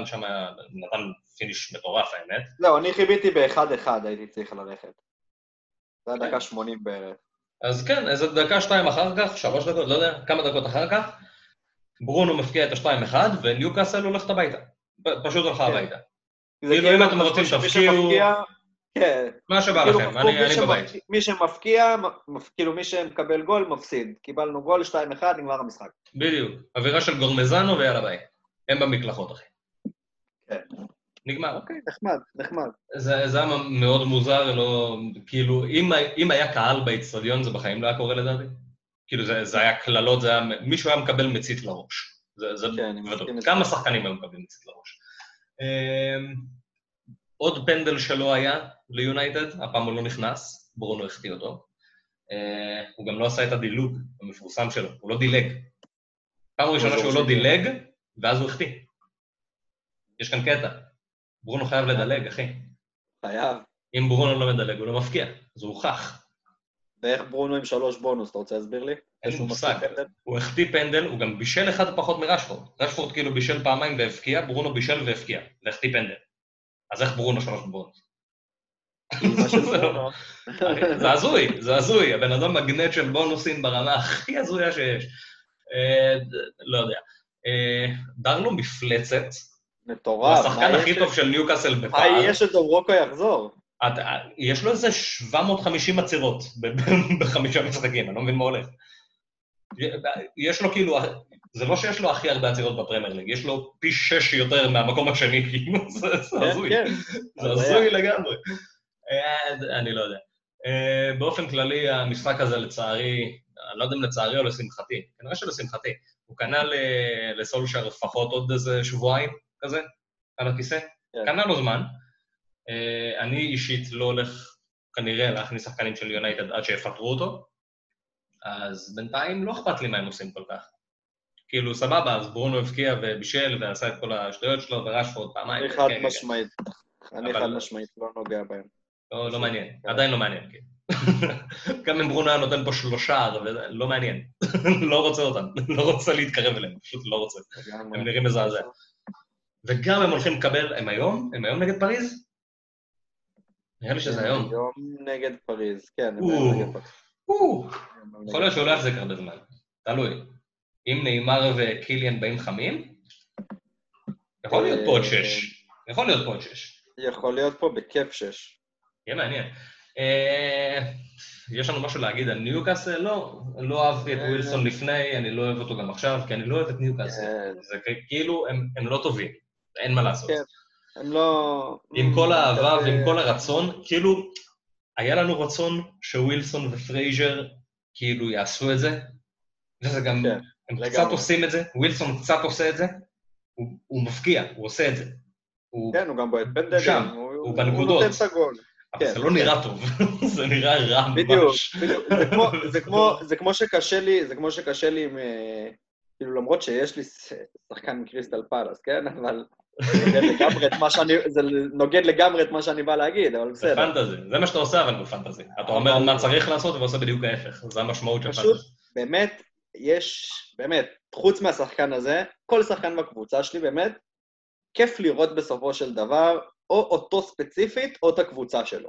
פיניש מטורף, האמת. לא, אני חיביתי ב-1-1, הייתי צריך ללכת. זה היה דקה 80 בערך. אז כן, איזה דקה 2 אחר כך, 3 דקות, לא יודע, כמה דקות אחר כך, ברונו מפקיע את ה-2-1, וניוקאסל הולכת הביתה. פשוט הולכה הביתה. כאילו אם אתם רוצים תפקיעו... כן. מה שבא לכם, אני בבית. מי שמפקיע, כאילו מי שמקבל גול, מפסיד. קיבלנו גול, 2-1, נגמר המשחק. בדיוק. אווירה של גורמזנו ויאללה ביי. הם במקלחות, אחי. כן. נגמר. אוקיי, נחמד. זה היה מאוד מוזר, לא... כאילו, אם היה קהל באצטדיון, זה בחיים לא היה קורה לדעתי. כאילו, זה היה כללות, זה היה... מישהו היה מקבל מצית לראש. זה בוודאות. כמה שחקנים היו מקבלים מצית לראש. עוד פנדל שלא היה ליונייטד, הפעם הוא לא נכנס, ברונו החטיא אותו. הוא גם לא עשה את הדילוג המפורסם שלו, הוא לא דילג. פעם ראשונה שהוא לא דילג, ואז הוא החטיא. יש כאן קטע. ברונו חייב לדלג, אחי. חייב. אם ברונו לא מדלג, הוא לא מפקיע, אז הוא הוכח. ואיך ברונו עם 3 בונוס, אתה רוצה להסביר לי? אין מושג. הוא החטיא פנדל, הוא גם בישל אחד פחות מרשפורד. רשפורד כאילו בישל פעמיים והפקיע, ברונו בישל והפקיע, והחטיא פנדל. אז איך ברונו 3 בונוס? זה הזוי, הבן אדם מגנט של בונוסים ברמה הכי הזויה שיש. לא יודע. דרלו מפלצת. מטורף. הוא השחקן הכי טוב של ניוקאסל בפער. מה יהיה שדוברוקו יחזור? יש לו איזה 750 עצירות ב5 משחקים, אני לא מבין מה הולך. יש לו כאילו, זה לא שיש לו הכי הרבה עצירות בפרמייר ליג, יש לו פי 6 יותר מהמקום השני, כאילו, זה הזוי. זה הזוי לגמרי. אני לא יודע. באופן כללי, המשחק הזה לצערי, אני לא יודע אם לצערי או לשמחתי, כנראה שלשמחתי, הוא קנה לסולשר לפחות עוד איזה שבועיים כזה, על הכיסא, קנה לו זמן. אני אישית לא הולך כנראה להכניס שחקנים של יונייטד עד שיפטרו אותו, אז בינתיים לא אכפת לי מה הם עושים כל כך. כאילו, סבבה, אז ברונו הבקיע ובישל ועשה את כל השטויות שלו, ורשפורד פעמיים. אני חד משמעית לא נוגע בהם. לא מעניין, עדיין לא מעניין, כן. גם אם ברונו היה נותן פה 3, לא מעניין. לא רוצה אותם, לא רוצה להתקרב אליהם, פשוט לא רוצה. הם נראים מזעזע. וגם הם הולכים לקבל, הם היום נגד פריז? נראה לי שזה היום. היום נגד פריז, כן, הם היום נגד פריז. יכול להיות שהוא לא יחזיק הרבה זמן, תלוי. אם נאמר וקיליאן באים חמים, יכול להיות פה עוד 6. יכול להיות פה עוד 6. יכול להיות פה בכיף 6. יהיה מעניין. יש לנו משהו להגיד על ניוקאסל? לא אהבתי את ווילסון לפני, אני לא אוהב אותו גם עכשיו, כי אני לא אוהב את ניוקאסל. זה כאילו, הם לא טובים, אין מה לעשות. הם לא... עם כל האהבה ועם כל הרצון, כאילו, היה לנו רצון שווילסון ופרייזר כאילו יעשו את זה, וזה גם, הם קצת עושים את זה, ווילסון קצת עושה את זה, הוא מפקיע, הוא עושה את זה. כן, הוא גם בועט פנדלים, שם, הוא בנקודות. הוא נותן את הגול. אבל זה לא נראה טוב, זה נראה רע ממש. זה כמו שקשה לי עם... כאילו, למרות שיש לי שחקן מקריסטל פלאס, כן? אבל זה נוגד לגמרי את מה שאני בא להגיד, אבל בסדר. זה פנטזי, זה מה שאתה עושה, אבל בפנטזי. אתה אומר מה צריך לעשות ועושה בדיוק ההפך, זה המשמעות של פנטזי. פשוט, באמת, באמת, חוץ מהשחקן הזה, כל שחקן בקבוצה שלי, באמת, כיף לראות בסופו של דבר, או אותו ספציפית, או את הקבוצה שלו.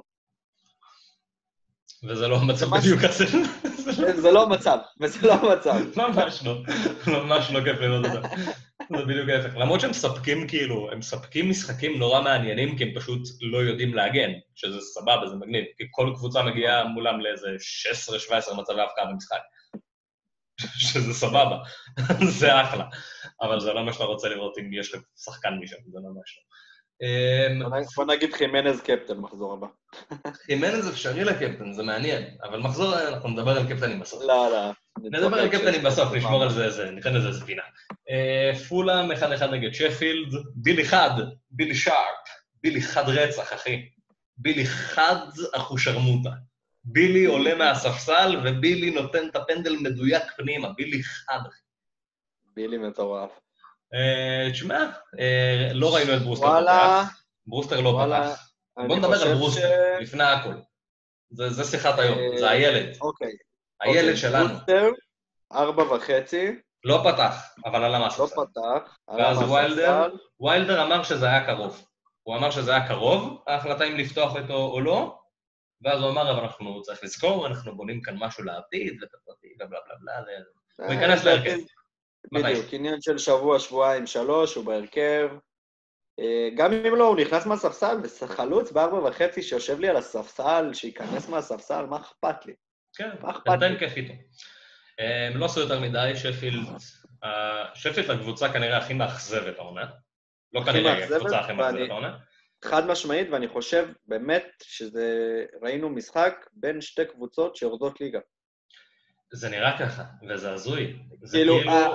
וזה לא המצב בדיוק הזה. זה לא המצב, וזה לא המצב. ממש לא, ממש לא כיף לראות אותם. זה בדיוק ההפך. למרות שהם מספקים כאילו, הם מספקים משחקים נורא מעניינים, כי הם פשוט לא יודעים להגן, שזה סבבה, זה מגניב, כי כל קבוצה מגיעה מולם לאיזה 16-17 מצבי הפקעה במשחק. שזה סבבה, זה אחלה. אבל זה לא מה שאתה רוצה לראות אם יש שחקן משם, זה ממש לא. בוא נגיד חימנז קפטן, מחזור הבא. חימנז אפשרי לקפטן, זה מעניין, אבל מחזור, אנחנו נדבר על קפטנים בסוף. לא. נדבר על קפטנים בסוף, נשמור על זה, ניתן לזה ספינה. פולאם 1-1 נגד שפילד, בילי שרפ, בילי חד רצח, אחי. בילי חד אחושרמוטה. בילי עולה מהספסל, ובילי נותן את הפנדל מדויק פנימה, בילי חד. בילי מטורף. תשמע, לא ראינו את ברוסטר פתח. ברוסטר לא פתח. בוא נדבר על ברוסטר, לפני הכל. זה שיחת היום, זה הילד. אוקיי. הילד שלנו. ברוסטר, 4.5. לא פתח, אבל עלה מהספסל. לא פתח. ואז ויילדר אמר שזה היה קרוב. הוא אמר שזה היה קרוב, ההחלטה אם לפתוח אותו או לא, ואז הוא אמר, אבל אנחנו צריך לזכור, אנחנו בונים כאן משהו לעתיד, ותפרטי, ובלה בלה בלה, הוא ייכנס להרכב. בדיוק, עניין של שבוע, שבועיים, 3, הוא בהרכב. גם אם לא, הוא נכנס מהספסל, וחלוץ ב4.5 שיושב לי על הספסל, שייכנס מהספסל, מה אכפת לי? כן, נתן כיף איתו. הם לא עשו יותר מדי, שפילד הקבוצה כנראה הכי מאכזבת העונה. לא כנראה, הקבוצה הכי מאכזבת העונה. חד משמעית, ואני חושב באמת ראינו משחק בין שתי קבוצות שיורדות ליגה. זה נראה ככה, וזה הזוי. כאילו,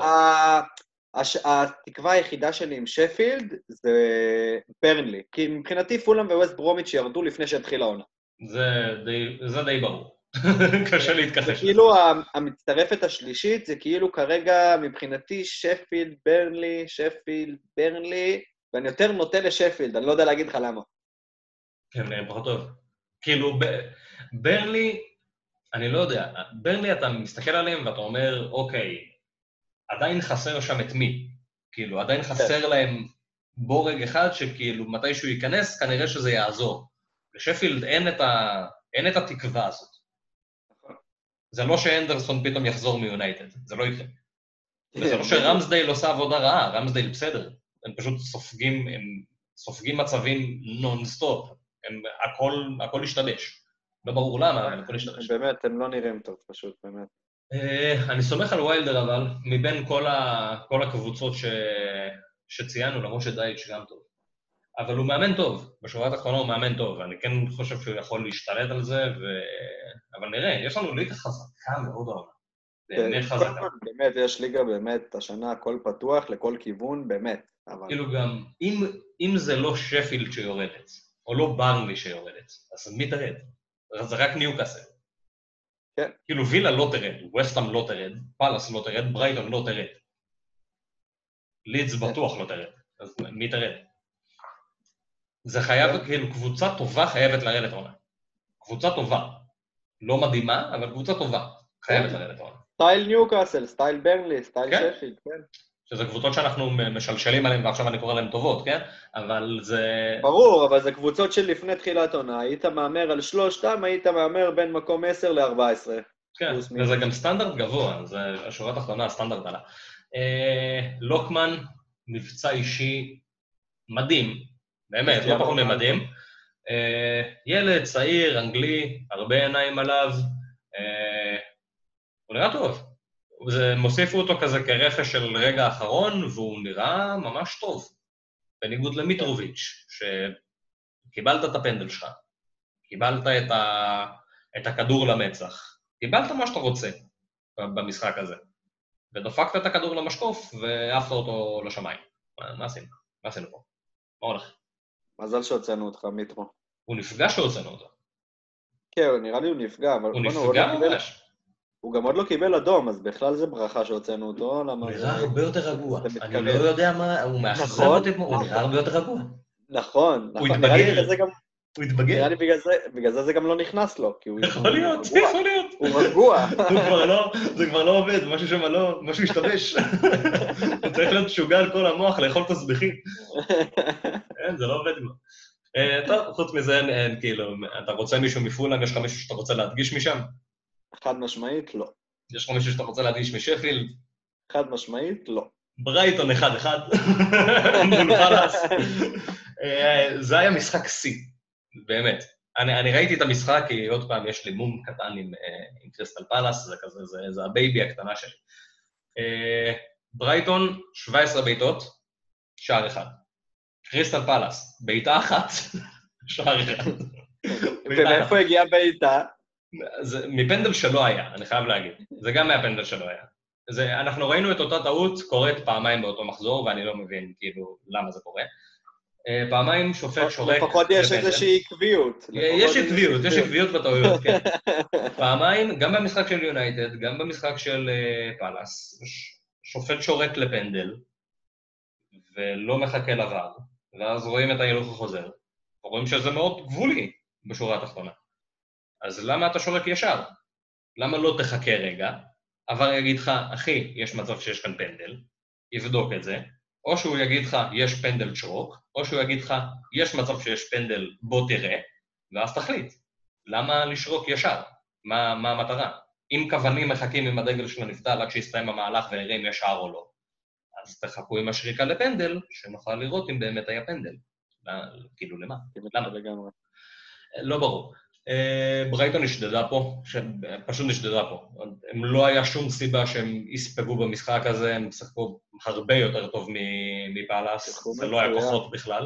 התקווה היחידה שלי עם שפילד זה ברנלי, כי מבחינתי פולאם וווסט ברומיץ' ירדו לפני שהתחילה העונה. זה די ברור. קשה להתכחש. כאילו, המצטרפת השלישית זה כאילו כרגע מבחינתי שפילד, ברנלי, ואני יותר נוטה לשפילד, אני לא יודע להגיד לך למה. כן, פחות טוב. כאילו, ברנלי, אני לא יודע, ברנלי אתה מסתכל עליהם ואתה אומר, אוקיי, עדיין חסר שם את מי? כאילו, עדיין חסר להם בורג אחד שכאילו מתישהו ייכנס, כנראה שזה יעזור. לשפילד אין את התקווה הזאת. זה לא שאנדרסון פתאום יחזור מיונייטד, זה לא יקרה. וזה לא שרמסדייל עושה עבודה רעה, רמסדייל בסדר. הם פשוט סופגים מצבים נונסטופ. הכל השתבש. לא ברור למה, אבל הכל השתבש. באמת, הם לא נראים טוב פשוט, באמת. אני סומך על ויילדר, אבל מבין כל הקבוצות שציינו, למרות שדייץ' גם טוב. אבל הוא מאמן טוב, בשבועת האחרונה הוא מאמן טוב, ואני כן חושב שהוא יכול להשתלט על זה, אבל נראה, יש לנו ליגה חזקה מאוד העונה. באמת חזקה. באמת, יש ליגה באמת, השנה הכל פתוח לכל כיוון, באמת. כאילו גם, אם זה לא שפילד שיורדת, או לא ברנלי שיורדת, אז מי תרד? זה רק ניוקאסל. כן. כאילו וילה לא תרד, ווסטהאם לא תרד, פאלאס לא תרד, ברייטון לא תרד. לידס בטוח לא תרד, אז מי תרד? זה חייב, כאילו, קבוצה טובה חייבת לרדת עונה. קבוצה טובה. לא מדהימה, אבל קבוצה טובה. חייבת לרדת עונה. סטייל ניוקאסל, סטייל ברנלי, סטייל שפילד, כן. שזה קבוצות שאנחנו משלשלים עליהן, ועכשיו אני קורא להן טובות, כן? אבל זה... ברור, אבל זה קבוצות של לפני תחילת עונה. היית מאמר על שלושתם, היית מאמר בין מקום 10 ל-14. כן, וזה גם סטנדרט גבוה, זה השורה התחתונה, הסטנדרט עלה. לוקמן, מבצע אישי מדהים, באמת, לא פחות ממדהים. ילד, צעיר, אנגלי, הרבה עיניים עליו, הוא נראה טוב. מוסיפו אותו כזה כרכש של רגע האחרון, והוא נראה ממש טוב. בניגוד למיטרוביץ', שקיבלת את הפנדל שלך, קיבלת את הכדור למצח, קיבלת מה שאתה רוצה במשחק הזה, ודפקת את הכדור למשקוף, ועפת אותו לשמיים. מה עשינו? מה עשינו פה? מה הולך? מזל שהוצאנו אותך, מיטרו. הוא נפגע שהוצאנו אותו. כן, נראה לי הוא נפגע, אבל... הוא נפגע ממש. הוא גם עוד לא קיבל אדום, אז בכלל זה ברכה שהוצאנו אותו. הוא נראה הרבה יותר רגוע. אני לא יודע מה, הוא מאכזב אותי, הוא נראה הרבה יותר רגוע. נכון. הוא התבגר. הוא התבגר. נראה לי בגלל זה גם לא נכנס לו, כי הוא... יכול להיות. הוא רגוע. זה כבר לא עובד, משהו שם לא, משהו השתבש. הוא צריך להיות שוגע על כל המוח, לאכול תסביכים. אין, זה לא עובד כבר. טוב, חוץ מזה, כאילו, אתה רוצה מישהו מפולאם, יש לך מישהו שאתה רוצה להדגיש משם? חד משמעית, לא. יש לך מישהו שאתה רוצה להדגיש משפילד? חד משמעית, לא. ברייטון 1-1, מול פאלאס. זה היה משחק C, באמת. אני ראיתי את המשחק, כי עוד פעם יש לי מום קטן עם קריסטל פאלאס, זה כזה, זה הבייבי הקטנה שלי. ברייטון, 17 בעיטות, שער אחד. קריסטל פאלאס, בעיטה אחת, שער אחד. ומאיפה הגיעה בעיטה? מפנדל שלא היה, אני חייב להגיד. זה גם מהפנדל שלא היה. אנחנו ראינו את אותה טעות קורית פעמיים באותו מחזור, ואני לא מבין כאילו למה זה קורה. פעמיים שופט שורק... לפחות יש איזושהי עקביות. יש עקביות בטעויות, כן. פעמיים, גם במשחק של יונייטד, גם במשחק של פאלאס, שופט שורק לפנדל, ולא מחכה לעבר, ואז רואים את ההילוך החוזר, ורואים שזה מאוד גבולי בשורה התחתונה. אז למה אתה שורק ישר? למה לא תחכה רגע? עבר יגיד לך, אחי, יש מצב שיש כאן פנדל, יבדוק את זה, או שהוא יגיד לך, יש פנדל שרוק, או שהוא יגיד לך, יש מצב שיש פנדל, בוא תראה, ואז תחליט. למה לשרוק ישר? מה המטרה? אם כוונים מחכים עם הדגל של הנבדל עד שיסתיים המהלך ונראה אם יש שער או לא, אז תחכו עם השריקה לפנדל, שנוכל לראות אם באמת היה פנדל. כאילו, למה? למה? לא ברור. ברייטון נשדדה פה, פשוט נשדדה פה. הם לא היה שום סיבה שהם יספגו במשחק הזה, הם שחקו הרבה יותר טוב מפאלאס, זה לא היה כוחות בכלל.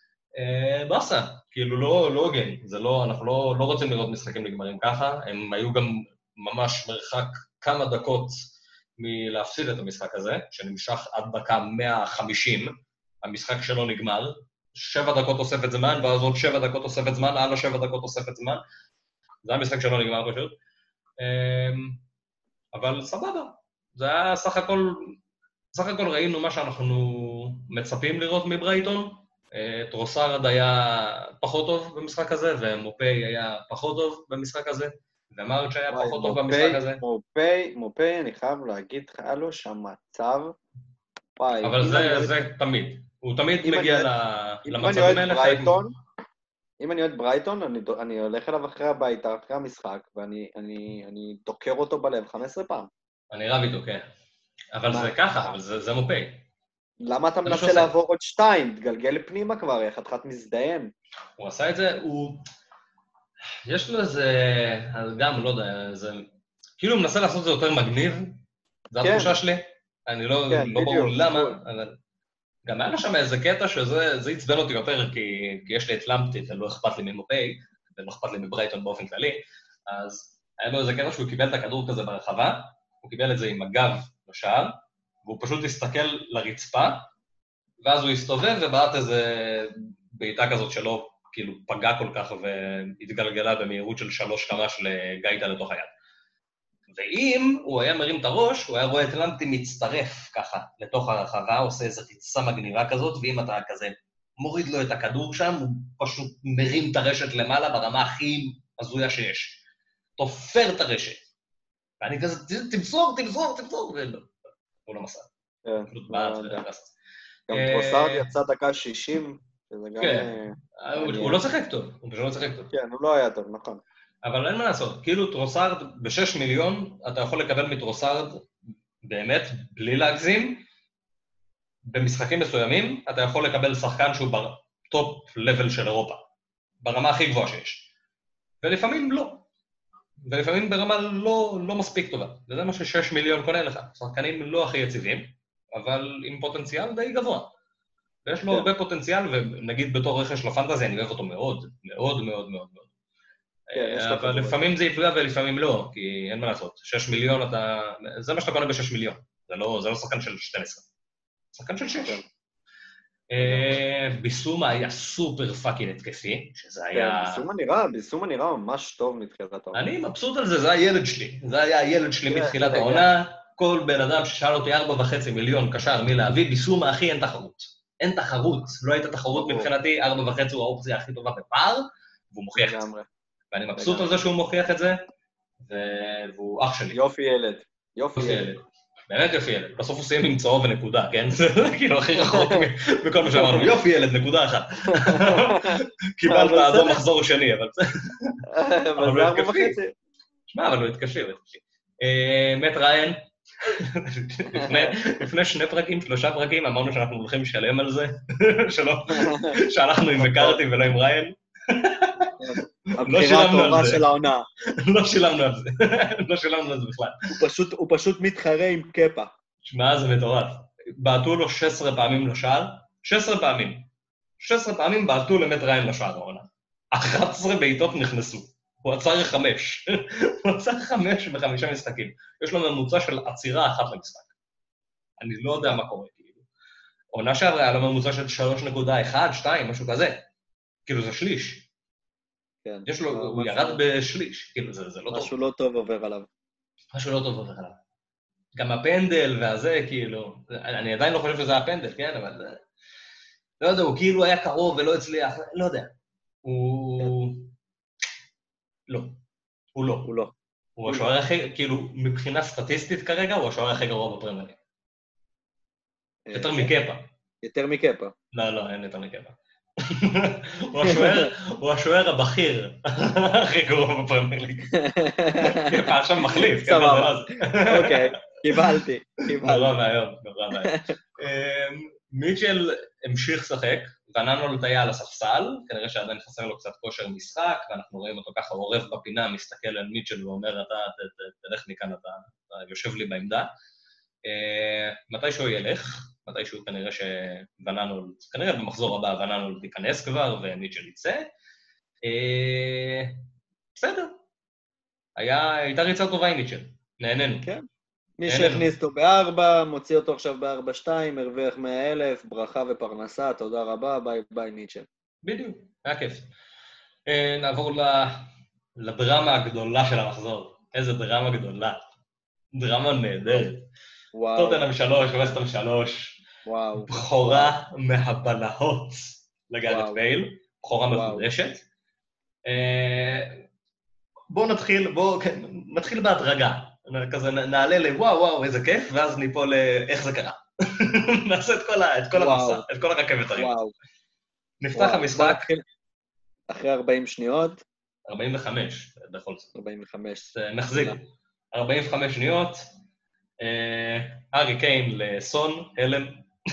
בסה, כאילו לא הוגן, אנחנו לא רוצים לראות משחקים נגמרים ככה, הם היו גם ממש מרחק כמה דקות מלהפסיד את המשחק הזה, שנמשך עד דקה 150, המשחק שלו נגמר, 7 דקות תוספת זמן, ואז עוד 7 דקות תוספת זמן, על 7 דקות תוספת זמן. זה המשחק שלא נגמר פשוט. אבל סבבה. זה היה סך הכל ראינו מה שאנחנו מצפים לראות מברייטון. טרוסארד היה פחות טוב במשחק הזה, ומופי היה פחות טוב במשחק הזה, ומרץ' היה פחות טוב במשחק הזה. מופי, אני חייב להגיד לך, היה לו שם מצב... אבל זה תמיד. הוא תמיד מגיע למצבים האלה. אם אני אוהד ברייטון, אני הולך אליו אחרי הביתה, אחרי המשחק, ואני דוקר אותו בלב 15 פעם. אני רב איתו, כן. אבל זה ככה, אבל זה מופי. למה אתה מנסה לעבור עוד 2? תגלגל לפנימה כבר, חתיכת מזדיין. הוא עשה את זה, יש לו איזה... גם, לא יודע, זה... כאילו הוא מנסה לעשות את זה יותר מגניב, זו התחושה שלי. אני לא ברור למה, אבל... גם היה לו שם איזה קטע שזה יצבן אותי יותר, כי יש לי את למפטית, ולא אכפת לי ממופי, ולא אכפת לי מברייטון באופן כללי, אז היה לו איזה קטע שהוא קיבל את הכדור כזה ברחבה, הוא קיבל את זה עם הגב לשער, והוא פשוט הסתכל לרצפה, ואז הוא הסתובב ובעט איזה בעיטה כזאת שלא כאילו פגע כל כך, והתגלגלה במהירות של 3 קמ"ש לגייטה לתוך היד. ואם הוא היה מרים את הראש, הוא היה רואה את למפטי מצטרף ככה לתוך הרחבה, עושה איזו ריצה מגניבה כזאת, ואם אתה כזה מוריד לו את הכדור שם, הוא פשוט מרים את הרשת למעלה ברמה הכי הזויה שיש. תופר את הרשת. ואני כזה, תמסור, ולא. הוא לא מסע. פשוט בעט ורס. גם טרוסארד יצא דקה 60, שזה גם... כן, הוא לא שחק טוב, הוא פשוט לא שחק טוב. כן, הוא לא היה טוב, נכון. אבל אין מה לעשות, כאילו טרוסארד ב6 מיליון, אתה יכול לקבל מטרוסארד באמת, בלי להגזים, במשחקים מסוימים, אתה יכול לקבל שחקן שהוא בטופ לבל של אירופה, ברמה הכי גבוהה שיש. ולפעמים לא. ולפעמים ברמה לא מספיק טובה. וזה מה ש6 מיליון קונה לך. שחקנים לא הכי יציבים, אבל עם פוטנציאל די גבוה. ויש לו הרבה פוטנציאל, ונגיד בתור רכש לפנטזי, אני אוהב אותו מאוד, מאוד מאוד מאוד מאוד. אבל לפעמים זה יפגע ולפעמים לא, כי אין מה לעשות. 6 מיליון אתה... זה מה שאתה קונה ב6 מיליון. זה לא שחקן של 12. שחקן של 6. ביסומה היה סופר פאקינג התקפי, שזה היה... ביסומה נראה ממש טוב מתחילת העונה. אני מבסוט על זה, זה הילד שלי. זה היה הילד שלי מתחילת העונה. כל בן אדם ששאל אותי 4.5 מיליון קשר מי להביא, ביסומה, אחי, אין תחרות. אין תחרות. לא הייתה תחרות מבחינתי, 4.5 הוא האופציה הכי טובה בפער, והוא מוכיח את זה. ואני מבסוט על זה שהוא מוכיח את זה, והוא אח שלי. יופי ילד. יופי ילד. באמת יופי ילד. בסוף הוא סיים עם צהוב ונקודה, כן? זה כאילו הכי רחוק מכל מה שאמרנו. יופי ילד, נקודה אחת. קיבלת אדום מחזור שני, אבל זה... אבל הוא התקפי. שמע, אבל הוא התקפי, הוא התקפי. מת ריין, לפני 2 פרקים, 3 פרקים, אמרנו שאנחנו הולכים לשלם על זה, שהלכנו עם מקארטי ולא עם ריין. הבחירה הטובה של העונה. לא שילמנו על זה. לא שילמנו על זה בכלל. הוא פשוט מתחרה עם קפה. שמע, זה מטורף. בעטו לו 16 פעמים לשער. 16 פעמים. 16 פעמים בעטו למת ריין לשער העונה. 11 בעיטות נכנסו. הוא עצר 5. הוא עצר 5 ב5 משחקים. יש לו ממוצע של עצירה אחת למשחק. אני לא יודע מה קורה, כאילו. עונה שעברה היה לו ממוצע של 3.1, 2, משהו כזה. כאילו זה שליש. כן. יש לו, הוא ירד בשליש, כאילו זה לא טוב. משהו לא טוב עובר עליו. משהו לא טוב עובר עליו. גם הפנדל והזה, כאילו, אני עדיין לא חושב שזה הפנדל, כן, אבל... לא יודע, הוא כאילו היה קרוב ולא הצליח, לא יודע. הוא... לא. הוא לא. הוא לא. הוא השוער הכי, כאילו, מבחינה סטטיסטית כרגע, הוא השוער הכי גרוע בפרמייר ליג. יותר מקפה. יותר מקפה. לא, אין יותר מקפה. הוא השוער הבכיר הכי גרוע בפרמייר ליג. קפה עכשיו מחליף. סבבה. אוקיי, קיבלתי. נורא מהיום. מיטשל המשיך לשחק, וננו היה על הספסל, כנראה שעדיין חסר לו קצת כושר משחק, ואנחנו רואים אותו ככה עורף בפינה, מסתכל על מיטשל ואומר, אתה תלך מכאן, אתה יושב לי בעמדה. מתישהו ילך, מתישהו כנראה שווננו, כנראה במחזור הבא וננו תיכנס כבר, ומיטשל יצא. בסדר. הייתה ריצה טובה עם מיטשל, נהנינו. כן. מי שהכניס אותו ב4, מוציא אותו עכשיו ב4-2, הרוויח 100,000, ברכה ופרנסה, תודה רבה, ביי מיטשל. בדיוק, היה כיף. נעבור לדרמה הגדולה של המחזור. איזה דרמה גדולה. דרמה נהדרת. טוטנהאם 3, וסטהאם 3. וואו. בחורה מהבלהות לגארת' בייל, בחורה מחודשת. בואו נתחיל בהדרגה. כזה נעלה וואו, איזה כיף, ואז ניפול איך זה קרה. נעשה את כל המסע, את כל הרכבת הרים. נפתח המשחק. אחרי 40 שניות. 45, בכל זאת. 45. נחזיק. 45 שניות. הארי קיין לסון, הלם.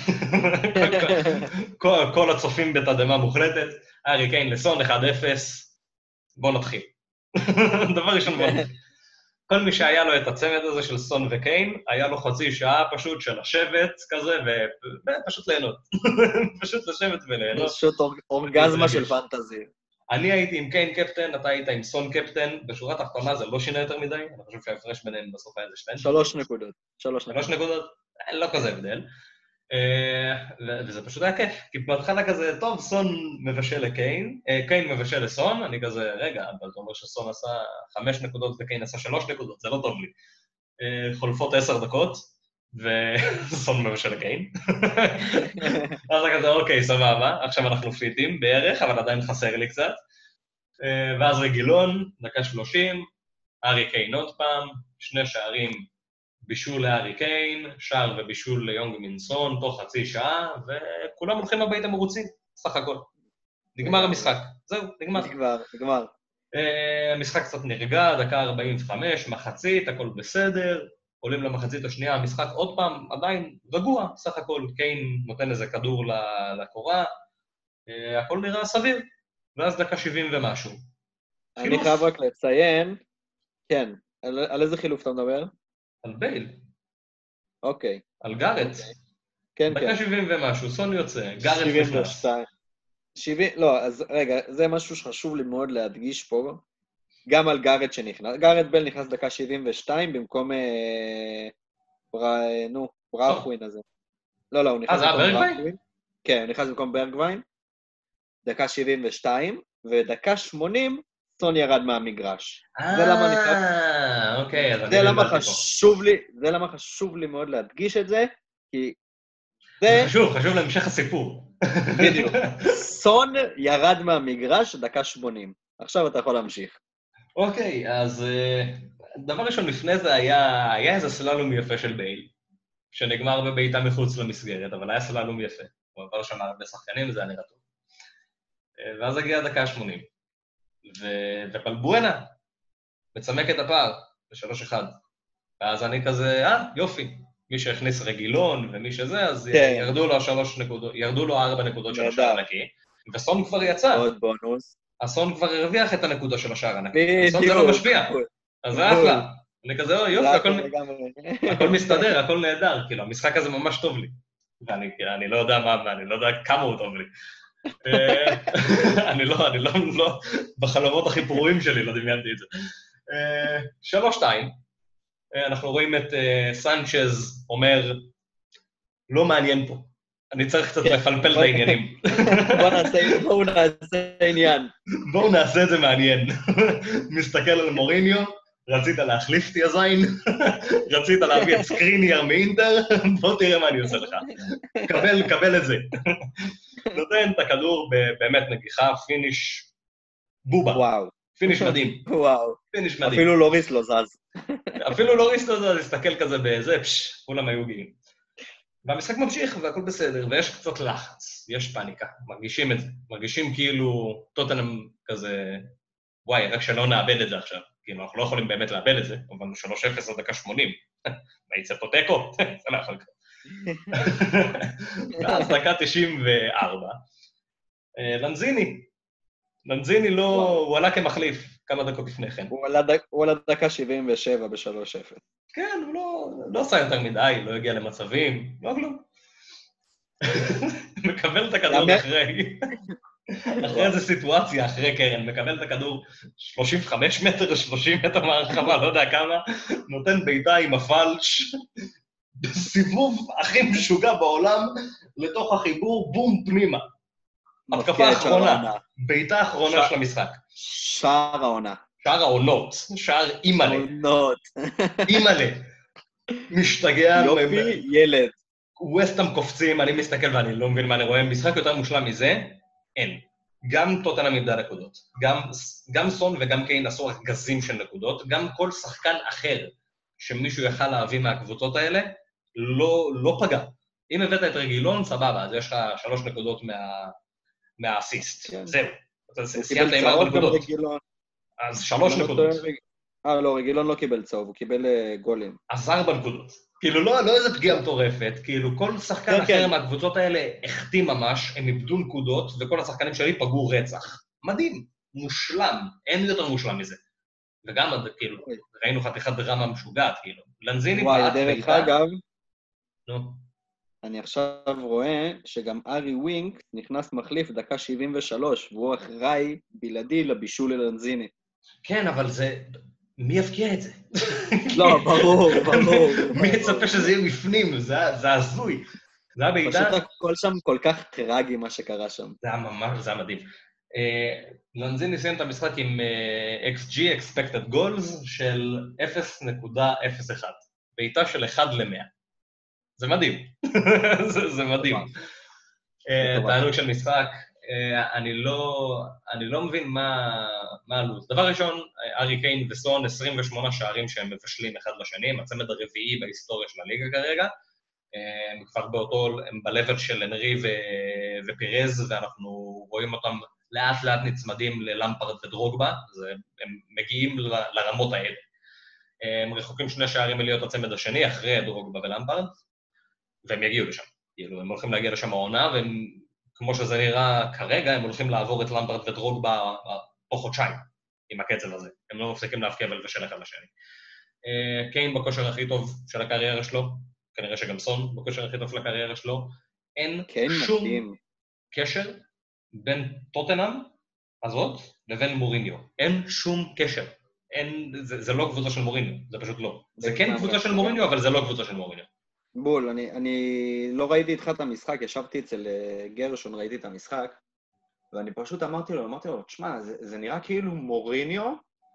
כל הצופים בתדהמה מוחלטת. הארי קיין לסון, 1-0. בואו נתחיל. דבר ראשון, בואו נתחיל. כל מי שהיה לו את הצמד הזה של סון וקיין, היה לו חצי שעה פשוט של לשבת כזה, ופשוט ליהנות. פשוט לשבת וליהנות. פשוט אורגזמה של פנטזי. אני הייתי עם קיין קפטן, אתה היית עם סון קפטן, בשורה התחתונה זה לא שינה יותר מדי, אני חושב שההפרש ביניהם בסוף היה איזה 2. 3 נקודות. 3 נקודות, לא כזה הבדל. וזה פשוט היה כיף, כי בהתחלה כזה, טוב, סון מבשל לקיין, קיין מבשל לסון, אני כזה, רגע, אבל אתה אומר שסון עשה 5 נקודות וקיין עשה 3 נקודות, זה לא טוב לי. חולפות 10 דקות, וסון מבשל לקיין. אז כזה, אוקיי, סבבה, עכשיו אנחנו פיטים בערך, אבל עדיין חסר לי קצת. ואז רגילון, דקה 30, ארי קיין עוד פעם, 2 שערים בישול לארי קיין, שער ובישול ליונג מינסון, תוך חצי שעה, וכולם הולכים הביתה מרוצים, סך הכל. נגמר המשחק, זהו, נגמר. נגמר. המשחק קצת נרגע, דקה 45, מחצית, הכל בסדר, עולים למחצית השנייה, המשחק עוד פעם, עדיין רגוע, סך הכל, קיין נותן איזה כדור לקורה, הכל נראה סביר, ואז דקה 70 ומשהו. אני חייב רק לציין, כן, על איזה חילוף אתה מדבר? על בייל. אוקיי. על גארט. כן, דקה 70 ומשהו, סון יוצא, גארט נכנס. 70, לא, אז רגע, זה משהו שחשוב לי מאוד להדגיש פה, גם על גארט שנכנס. גארט בל נכנס דקה 72 במקום בראוכווין הזה. לא, הוא נכנס במקום בראוכווין. כן, הוא נכנס במקום ברגווין. דקה 72, ודקה 80, סון ירד מהמגרש. זה למה נכנס... אוקיי, אז זה למה חשוב לי מאוד להדגיש את זה, כי... זה חשוב להמשך הסיפור. בדיוק. סון ירד מהמגרש דקה 80. עכשיו אתה יכול להמשיך. אוקיי, אז דבר ראשון לפני זה היה איזה סללום יפה של בייל, שנגמר בביתה מחוץ למסגרת, אבל היה סללום יפה. הוא עבר שם הרבה שחקנים, זה היה נראה טוב. ואז הגיעה דקה 80. ובלבואנה מצמק את הפער ב3-1. ואז אני כזה, יופי. מי שהכניס רגילון ומי שזה, אז ירדו לו 4 נקודות של השער הנקי, וסון כבר יצא. עוד בונוס. הסון כבר הרוויח את הנקודה של השער הנקי. הסון זה לא משפיע. אז זה אחלה. אני כזה, יופי, הכל מסתדר, הכל נהדר. כאילו, המשחק הזה ממש טוב לי. ואני לא יודע אני לא יודע כמה הוא טוב לי. אני לא, בחלומות הכי פרועים שלי לא דמיינתי את זה. 3-2. אנחנו רואים את סנצ'ז אומר, לא מעניין פה, אני צריך קצת לפלפל את העניינים. בואו נעשה עניין. בואו נעשה את זה מעניין. מסתכל על מוריניו, רצית להחליף אותי הזין, רצית להביא את סקריניאר מאינטר, בוא תראה מה אני עושה לך. קבל את זה. נותן את הכדור באמת נגיחה, פיניש בובה. וואו. פיניש מדהים. וואו. פיניש מדהים. אפילו לוריס לא זז. אפילו לוריס לא זז, הסתכל כזה בזה, כולם היו גאים. והמשחק ממשיך והכל בסדר, ויש קצת לחץ, יש פאניקה, מרגישים את זה. מרגישים כאילו טוטנהאם כזה, וואי, רק שלא נאבד את זה עכשיו. כאילו, אנחנו לא יכולים באמת לאבד את זה, אבל 3-0 עד דקה 80. ויצא פה טקו, זה לא יכול לקרות. ואז דקה 94. לנזיני לא, הוא עלה כמחליף כמה דקות לפני כן. הוא עלה דקה 77 ב-3-0. כן, הוא לא עשה יותר מדי, לא הגיע למצבים, לא כלום. מקבל את הכדור אחרי איזו סיטואציה, אחרי קרן, מקבל את הכדור 35 מטר, 30 מטר מהרחבה, לא יודע כמה, נותן בעיטה עם הפלש, בסיבוב הכי משוגע בעולם, לתוך החיבור, בום פנימה. התקפה האחרונה, בעיטה האחרונה של המשחק. שער העונה. שער העונות, שער אימאלה. העונות. אימאלה. משתגע. יופי, ילד. ווסטהאם קופצים, אני מסתכל ואני לא מבין מה אני רואה, משחק יותר מושלם מזה, אין. גם טוטנהאם איבדה נקודות, גם סון וגם קיין עשו רגזים של נקודות, גם כל שחקן אחר שמישהו יכל להביא מהקבוצות האלה, לא פגע. אם הבאת את רגילון, סבבה, אז יש לך 3 נקודות מהאסיסט. זהו. אתה סיימת עם 4 נקודות. אז 3 נקודות. לא, רגילון לא קיבל צהוב, הוא קיבל גולים. אז 4 נקודות. כאילו לא איזה פגיעה מטורפת, כאילו כל שחקן אחר מהקבוצות האלה החתים ממש, הם איבדו נקודות, וכל השחקנים שלי פגעו רצח. מדהים, מושלם, אין יותר מושלם מזה. וגם, כאילו, ראינו חתיכת דרמה משוגעת, כאילו. לנזיני בעט דרך אגב, אני עכשיו רואה שגם ארי ווינק נכנס מחליף דקה 73, והוא אחראי בלעדי לבישול ללנזיני. כן, אבל זה... מי יפקיע את זה? לא, ברור. מי יצפה שזה יהיה בפנים? זה הזוי. זה היה בעידה... פשוט הכל שם כל כך טרגי מה שקרה שם. זה היה ממש, זה היה מדהים. לנזיני סיים את המשחק עם XG, Expected Goals, של 0.01. בעיטה של 1 ל-100. זה מדהים. זה מדהים. תענוג של משחק. אני לא מבין מה הלו"ז. דבר ראשון, ארי קיין וסון, 28 שערים שהם מבשלים אחד לשני, הצמד הרביעי בהיסטוריה של הליגה כרגע, הם כבר הם בלבל של הנרי ופירז, ואנחנו רואים אותם לאט לאט נצמדים ללמפרד ודרוגבה, הם מגיעים לרמות האלה. הם רחוקים 2 שערים מלהיות הצמד השני, אחרי דרוגבה ולמפרד, והם יגיעו לשם. כאילו, הם הולכים להגיע לשם העונה, והם, כמו שזה נראה כרגע, הם הולכים לעבור את למפרד ודרוגבה תוך חודשיים, עם הקצב הזה. הם לא מפסיקים להבקיע ולבשל אחד לשני. קיין בכושר הכי טוב של הקריירה שלו, כנראה שגם סון בכושר הכי טוב של הקריירה שלו, אין שום קשר בין טוטנהאם הזאת לבין מוריניו. אין שום קשר. זה לא קבוצה של מוריניו, זה פשוט לא. זה כן קבוצה של מוריניו, אבל זה לא קבוצה של מוריניו. בול, אני לא ראיתי איתך את המשחק, ישבתי אצל גרשון, ראיתי את המשחק, ואני פשוט אמרתי לו, תשמע, זה נראה כאילו מוריניו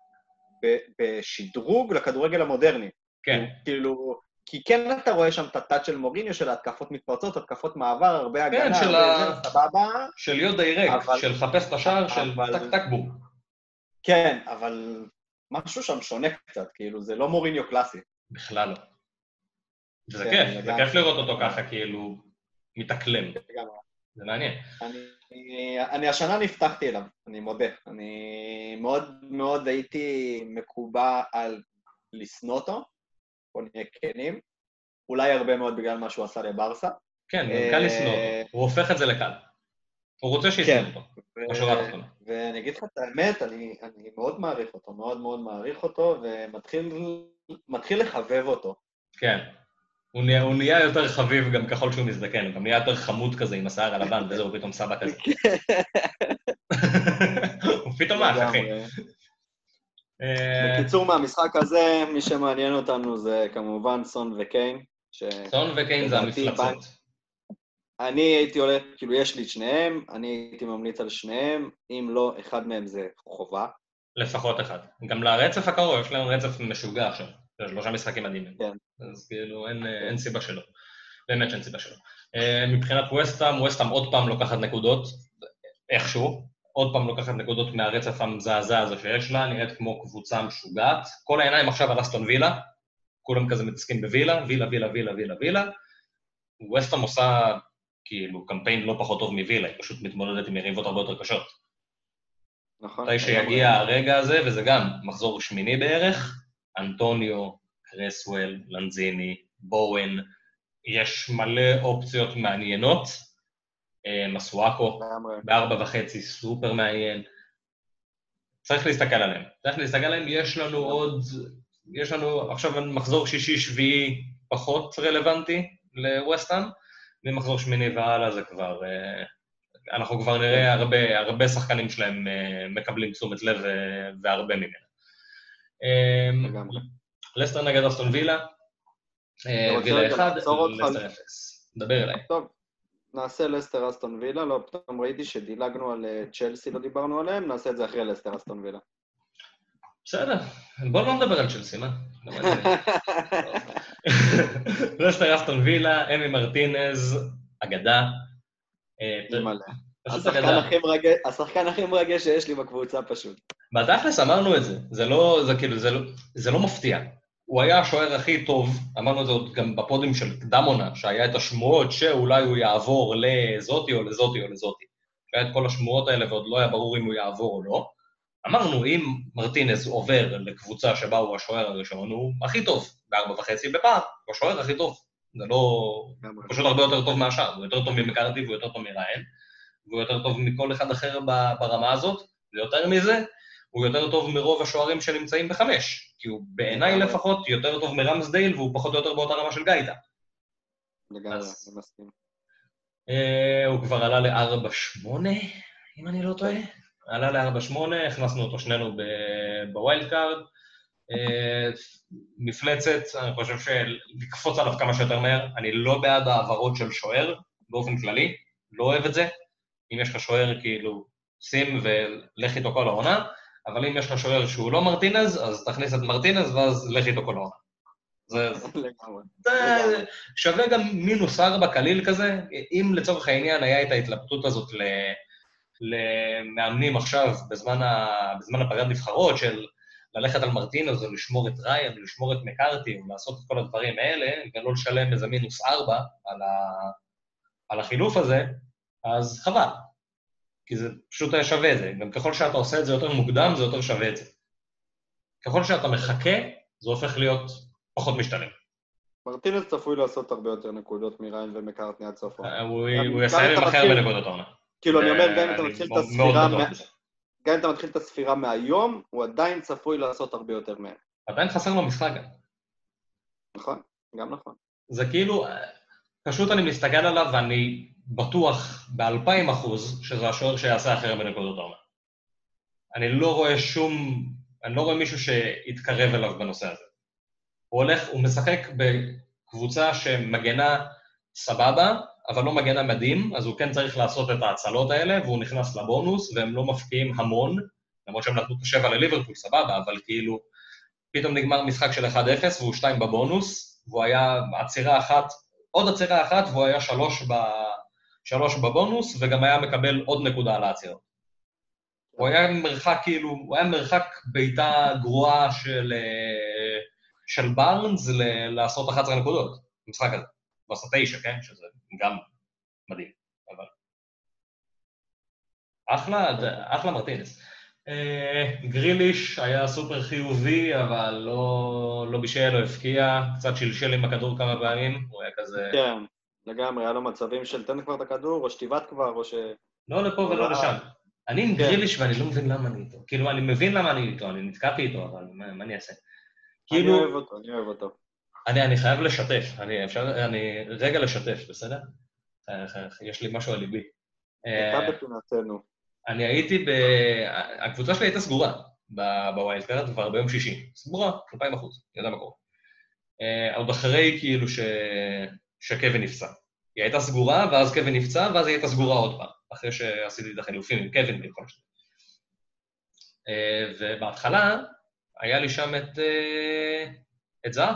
בשדרוג לכדורגל המודרני. כן. כאילו, כי כן אתה רואה שם את הטאט של מוריניו, של התקפות מתפרצות, התקפות מעבר, הרבה הגנה, כן, סבבה. של להיות דיירקט, של חפש את השער, של טק טק בום. כן, אבל משהו שם שונה קצת, כאילו, זה לא מוריניו קלאסי. בכלל לא. וזה כיף, זה כיף לראות אותו ככה, כאילו, מתאקלם. זה מעניין. אני השנה נפתחתי אליו, אני מודה. אני מאוד מאוד הייתי מקובע על לסנוע אותו, בוא נהיה כנים, אולי הרבה מאוד בגלל מה שהוא עשה לברסה. כן, גם קל לסנוע אותו, הוא הופך את זה לקל. הוא רוצה שיסנוע אותו, בשורה התחתונה. ואני אגיד לך את האמת, אני מאוד מעריך אותו, מאוד מאוד מעריך אותו, ומתחיל לחבב אותו. כן. הוא נהיה יותר חביב גם ככל שהוא מזדקן, הוא גם נהיה יותר חמוד כזה עם השיער הלבן, וזהו פתאום סבא כזה. הוא פתאום אח, אחי. בקיצור, מהמשחק הזה, מי שמעניין אותנו זה כמובן סון וקיין. סון וקיין זה המפלצות. אני הייתי הולך, כאילו יש לי את שניהם, אני הייתי ממליץ על שניהם, אם לא, אחד מהם זה חובה. לפחות אחד. גם לרצף הקרוב, יש להם רצף משוגע עכשיו. 3 משחקים מדהימים. כן. אז כאילו, אין סיבה שלו. באמת שאין סיבה שלו. מבחינת ווסטהאם עוד פעם לוקחת נקודות, איכשהו, עוד פעם לוקחת נקודות מהרצף המזעזע הזה שיש לה, נראית כמו קבוצה משוגעת. כל העיניים עכשיו על אסטון וילה, כולם כזה מתעסקים בווילה, וילה. ווסטהאם עושה כאילו קמפיין לא פחות טוב מווילה, היא פשוט מתמודדת עם יריבות הרבה יותר קשות. נכון. מתי שיגיע הרגע הזה, וזה גם מחזור שמיני בערך, אנטוניו, קרסוול, לנזיני, בואן, יש מלא אופציות מעניינות, מסואקו, ב4.5, סופר מעניין. צריך להסתכל עליהם. יש לנו עכשיו מחזור שישי-שביעי פחות רלוונטי לווסטהאם, ומחזור שמיני והלאה זה כבר, אנחנו כבר נראה הרבה שחקנים שלהם מקבלים תשומת לב והרבה ממנה. לסטר נגד אסטון וילה, וילה 1, לסטר 0. דבר אליי. טוב, נעשה לסטר אסטון וילה, לא, פתאום ראיתי שדילגנו על צ'לסי, לא דיברנו עליהם, נעשה את זה אחרי לסטר אסטון וילה. בסדר, בואו לא נדבר על צ'לסי, מה? לסטר אסטון וילה, אמי מרטינז, אגדה. השחקן הכי מרגש שיש לי בקבוצה פשוט. בתכלס אמרנו את זה, זה לא מפתיע. הוא היה השוער הכי טוב, אמרנו את זה עוד גם בפודים של קדמונה, שהיה את השמועות שאולי הוא יעבור לזאתי או לזאתי או לזאתי. שהיה את כל השמועות האלה ועוד לא היה ברור אם הוא יעבור או לא. אמרנו, אם מרטינז עובר לקבוצה שבה הוא השוער הראשון, הוא הכי טוב, ב4.5 בפעם, הוא השוער הכי טוב. זה לא... פשוט הרבה יותר טוב מהשאר, הוא יותר טוב ממקארדי והוא יותר טוב מראיין, והוא יותר טוב מכל אחד אחר ברמה הזאת, ויותר מזה, הוא יותר טוב מרוב השוערים שנמצאים ב5, כי הוא בעיניי לפחות יותר טוב מרמסדייל, והוא פחות או יותר באותה רמה של גייטה. לגמרי, אני מסכים. הוא כבר עלה ל4.8, אם אני לא טועה. עלה ל4.8, הכנסנו אותו שנינו בווילד קארד. מפלצת, אני חושב שלקפוץ עליו כמה שיותר מהר. אני לא בעד העברות של שוער, באופן כללי, לא אוהב את זה. אם יש לך שוער, כאילו, שים ולך איתו כל העונה, אבל אם יש לך שוער שהוא לא מרטינז, אז תכניס את מרטינז, ואז לך איתו כל העונה. זה שווה גם -4 קליל כזה, אם לצורך העניין היה את ההתלבטות הזאת למאמנים עכשיו, בזמן הפגרת נבחרות, של ללכת על מרטינז, או לשמור את ריין, או לשמור את מקארתי, או לעשות את כל הדברים האלה, ולא לשלם איזה -4 על החילוף הזה, אז חבל. כי זה פשוט היה שווה את זה. גם ככל שאתה עושה את זה יותר מוקדם, זה יותר שווה את זה. ככל שאתה מחכה, זה הופך להיות פחות משתלם. מרטינז צפוי לעשות הרבה יותר נקודות מריין ומקארטני עד סוף. הוא יסיים עם הכי הרבה נקודות העונה. כאילו, אני אומר, גם אם אתה מתחיל את הספירה מהיום, הוא עדיין צפוי לעשות הרבה יותר מהם. עדיין חסר לו משחק. נכון, גם נכון. זה כאילו, פשוט אני מסתכל עליו ואני בטוח ב2000% שזה השוער שיעשה הכי הרבה נקודות העונה. אני לא רואה מישהו שיתקרב אליו בנושא הזה. הוא משחק בקבוצה שמגנה סבבה, אבל לא מגנה מדהים, אז הוא כן צריך לעשות את ההצלות האלה, והוא נכנס לבונוס, והם לא מפקיעים המון, למרות שהם נתנו את 7 לליברפול, סבבה, אבל כאילו, פתאום נגמר משחק של 1-0, והוא 2 בבונוס, והוא היה עוד עצירה אחת, והוא היה 3 בבונוס, וגם היה מקבל עוד נקודה על העצירה. הוא היה מרחק בעיטה גרועה של בארנס לעשות 11 נקודות, במשחק הזה. ועשה 9, כן? שזה גם מדהים, אבל... אחלה מרטינס. גריליש היה סופר חיובי, אבל לא בישל, לא הפקיע, קצת שלשל עם הכדור כמה פעמים, הוא היה כזה... כן, לגמרי, היה לו מצבים של תן כבר את הכדור, או שתיבת כבר, או ש... לא לפה ולא לשם. אני עם גריליש ואני לא מבין למה אני איתו. כאילו, אני מבין למה אני איתו, אני נתקעתי איתו, אבל מה אני אעשה? אני אוהב אותו. אני חייב לשתף, אני רגע לשתף, בסדר? יש לי משהו על ליבי. אתה בפינתנו. אני הייתי הקבוצה שלי הייתה סגורה בוויילד קארד, כבר ביום שישי. סגורה, 200%, ידע מה קורה. עוד אחרי כאילו שקווין נפצע. היא הייתה סגורה, ואז קווין נפצע, ואז היא הייתה סגורה עוד פעם, אחרי שעשיתי את החילופים עם קווין וכל השני. ובהתחלה היה לי שם את זה,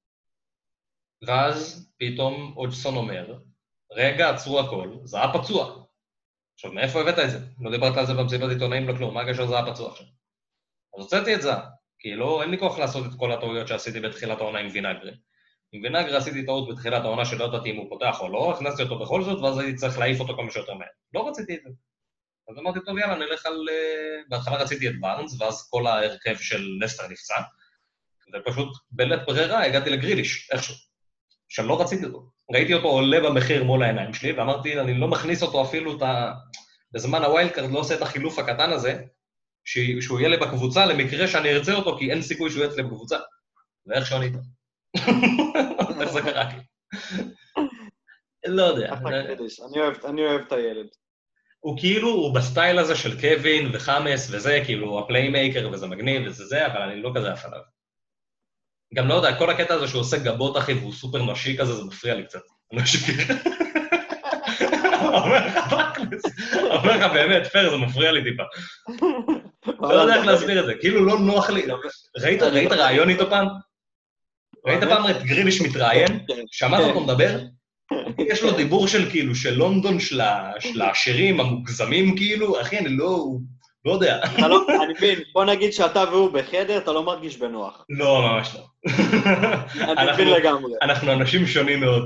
ואז פתאום אודסון אומר, רגע, עצרו הכל, זה היה פצוע. עכשיו, מאיפה הבאת את זה? לא דיברת על זה במסיבת עיתונאים, לא כלום, מה הקשר זה היה פצוע עכשיו? אז הוצאתי את זה, כי אין לי כוח לעשות את כל הטעויות שעשיתי בתחילת העונה עם וינגרי. עם וינגרי עשיתי טעות בתחילת העונה שלא ידעתי אם הוא פותח או לא, הכנסתי אותו בכל זאת, ואז הייתי צריך להעיף אותו כמה שיותר מהר. לא רציתי את זה. אז אמרתי, טוב, יאללה, נלך על... בהתחלה רציתי את בארנס, ואז כל ההרכב של לסטר נפצע, ופשוט בלית ברירה הגעתי לגריליש, איכשהו. שלא רציתי אותו. ראיתי אותו עולה במחיר מול העיניים שלי, ואמרתי, אני לא מכניס אותו אפילו בזמן הוויילד קארד, לא עושה את החילוף הקטן הזה, שהוא יהיה לי בקבוצה, למקרה שאני ארצה אותו, כי אין סיכוי שהוא יהיה לי בקבוצה. ואיך שאני איתו. איך זה קרה לי? לא יודע. אני אוהב את הילד. הוא כאילו, הוא בסטייל הזה של קווין וחמאס וזה, כאילו, הפליימייקר וזה מגניב וזה זה, אבל אני לא כזה אף עליו. גם לא יודע, כל הקטע הזה שהוא עושה גבות, אחי, והוא סופר נשי כזה, זה מפריע לי קצת. אני לא שקר. אומר לך באמת, פר, זה מפריע לי טיפה. לא יודע איך להסביר את זה, כאילו לא נוח לי. ראית רעיון איתו פעם? ראית פעם את גריליש מתראיין? שמעת אותו מדבר? יש לו דיבור של כאילו, של לונדון, של העשירים המוגזמים כאילו, אחי, אני לא יודע. אני מבין, בוא נגיד שאתה והוא בחדר, אתה לא מרגיש בנוח. לא, ממש לא. אני מבין לגמרי. אנחנו אנשים שונים מאוד.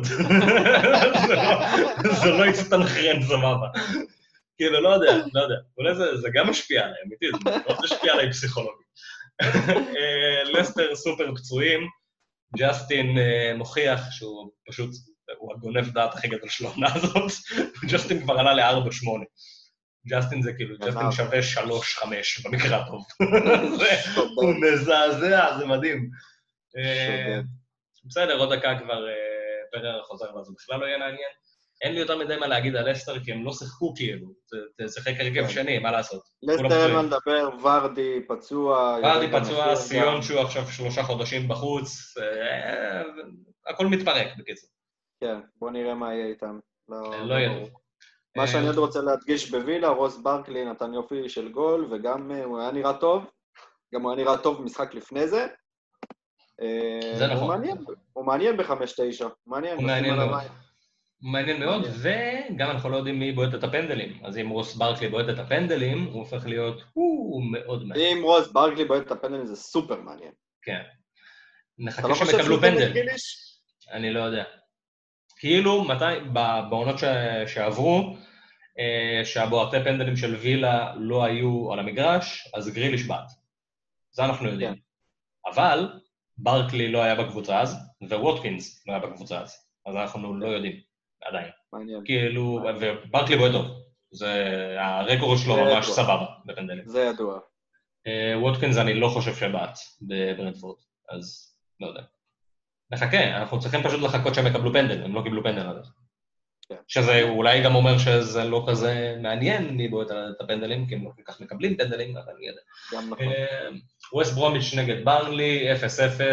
זה לא יסתנכרן סבבה. כאילו, לא יודע. אולי זה גם משפיע עליי, אמיתי, זה מאוד משפיע עליי פסיכולוגית. לסטר סופר פצועים, ג'סטין מוכיח שהוא פשוט, הוא הגונב דעת הכי גדול של העונה הזאת, ג'סטין כבר עלה ל4-8. ג'סטין זה כאילו, ג'סטין שווה 3-5 במקרה הטוב. הוא מזעזע, זה מדהים. בסדר, עוד דקה כבר פרר חוזר, אבל זה בכלל לא יהיה מעניין. אין לי יותר מדי מה להגיד על לסטר, כי הם לא שיחקו כאילו, זה שיחק הרכב שני, מה לעשות? לסטר אין מה לדבר, ורדי פצוע... ורדי פצוע, סיון שהוא עכשיו 3 חודשים בחוץ, הכל מתפרק בקיצור. כן, בוא נראה מה יהיה איתם. לא יהיה. מה שאני עוד רוצה להדגיש בווילה, רוס ברקלי נתן יופי של גול, וגם הוא היה נראה טוב, גם הוא היה נראה טוב במשחק לפני זה. זה נכון. הוא מעניין ב-5-9, הוא מעניין. מעניין מאוד, וגם אנחנו לא יודעים מי בועט את הפנדלים. אז אם רוס ברקלי בועט את הפנדלים, הוא הופך להיות מאוד מעניין. אם רוס ברקלי בועט את הפנדלים זה סופר מעניין. כן. אתה לא נחכה חושב שהם יקבלו שהוא יותר פנדל. מגריליש? אני לא יודע. כאילו, מתי, בעונות שעברו, שהבועטי פנדלים של וילה לא היו על המגרש, אז גריליש בעט. זה אנחנו יודעים. אבל ברקלי לא היה בקבוצה אז, וווטקינס לא היה בקבוצה אז. אז אנחנו לא יודעים, עדיין. מעניין. כאילו, וברקלי בועט טוב. הרקורד שלו ממש סבבה בפנדלים. זה ידוע. ווטקינס אני לא חושב שבעט בברנדפורד, אז לא יודע. נחכה, אנחנו צריכים פשוט לחכות שהם יקבלו פנדל, הם לא קיבלו פנדל עד אז. שזה אולי גם אומר שזה לא כזה מעניין מי בועט את הפנדלים, כי הם לא כל כך מקבלים פנדלים, אבל אני יודע. גם נכון. ווסט ברומיץ' נגד ברנלי, 0-0,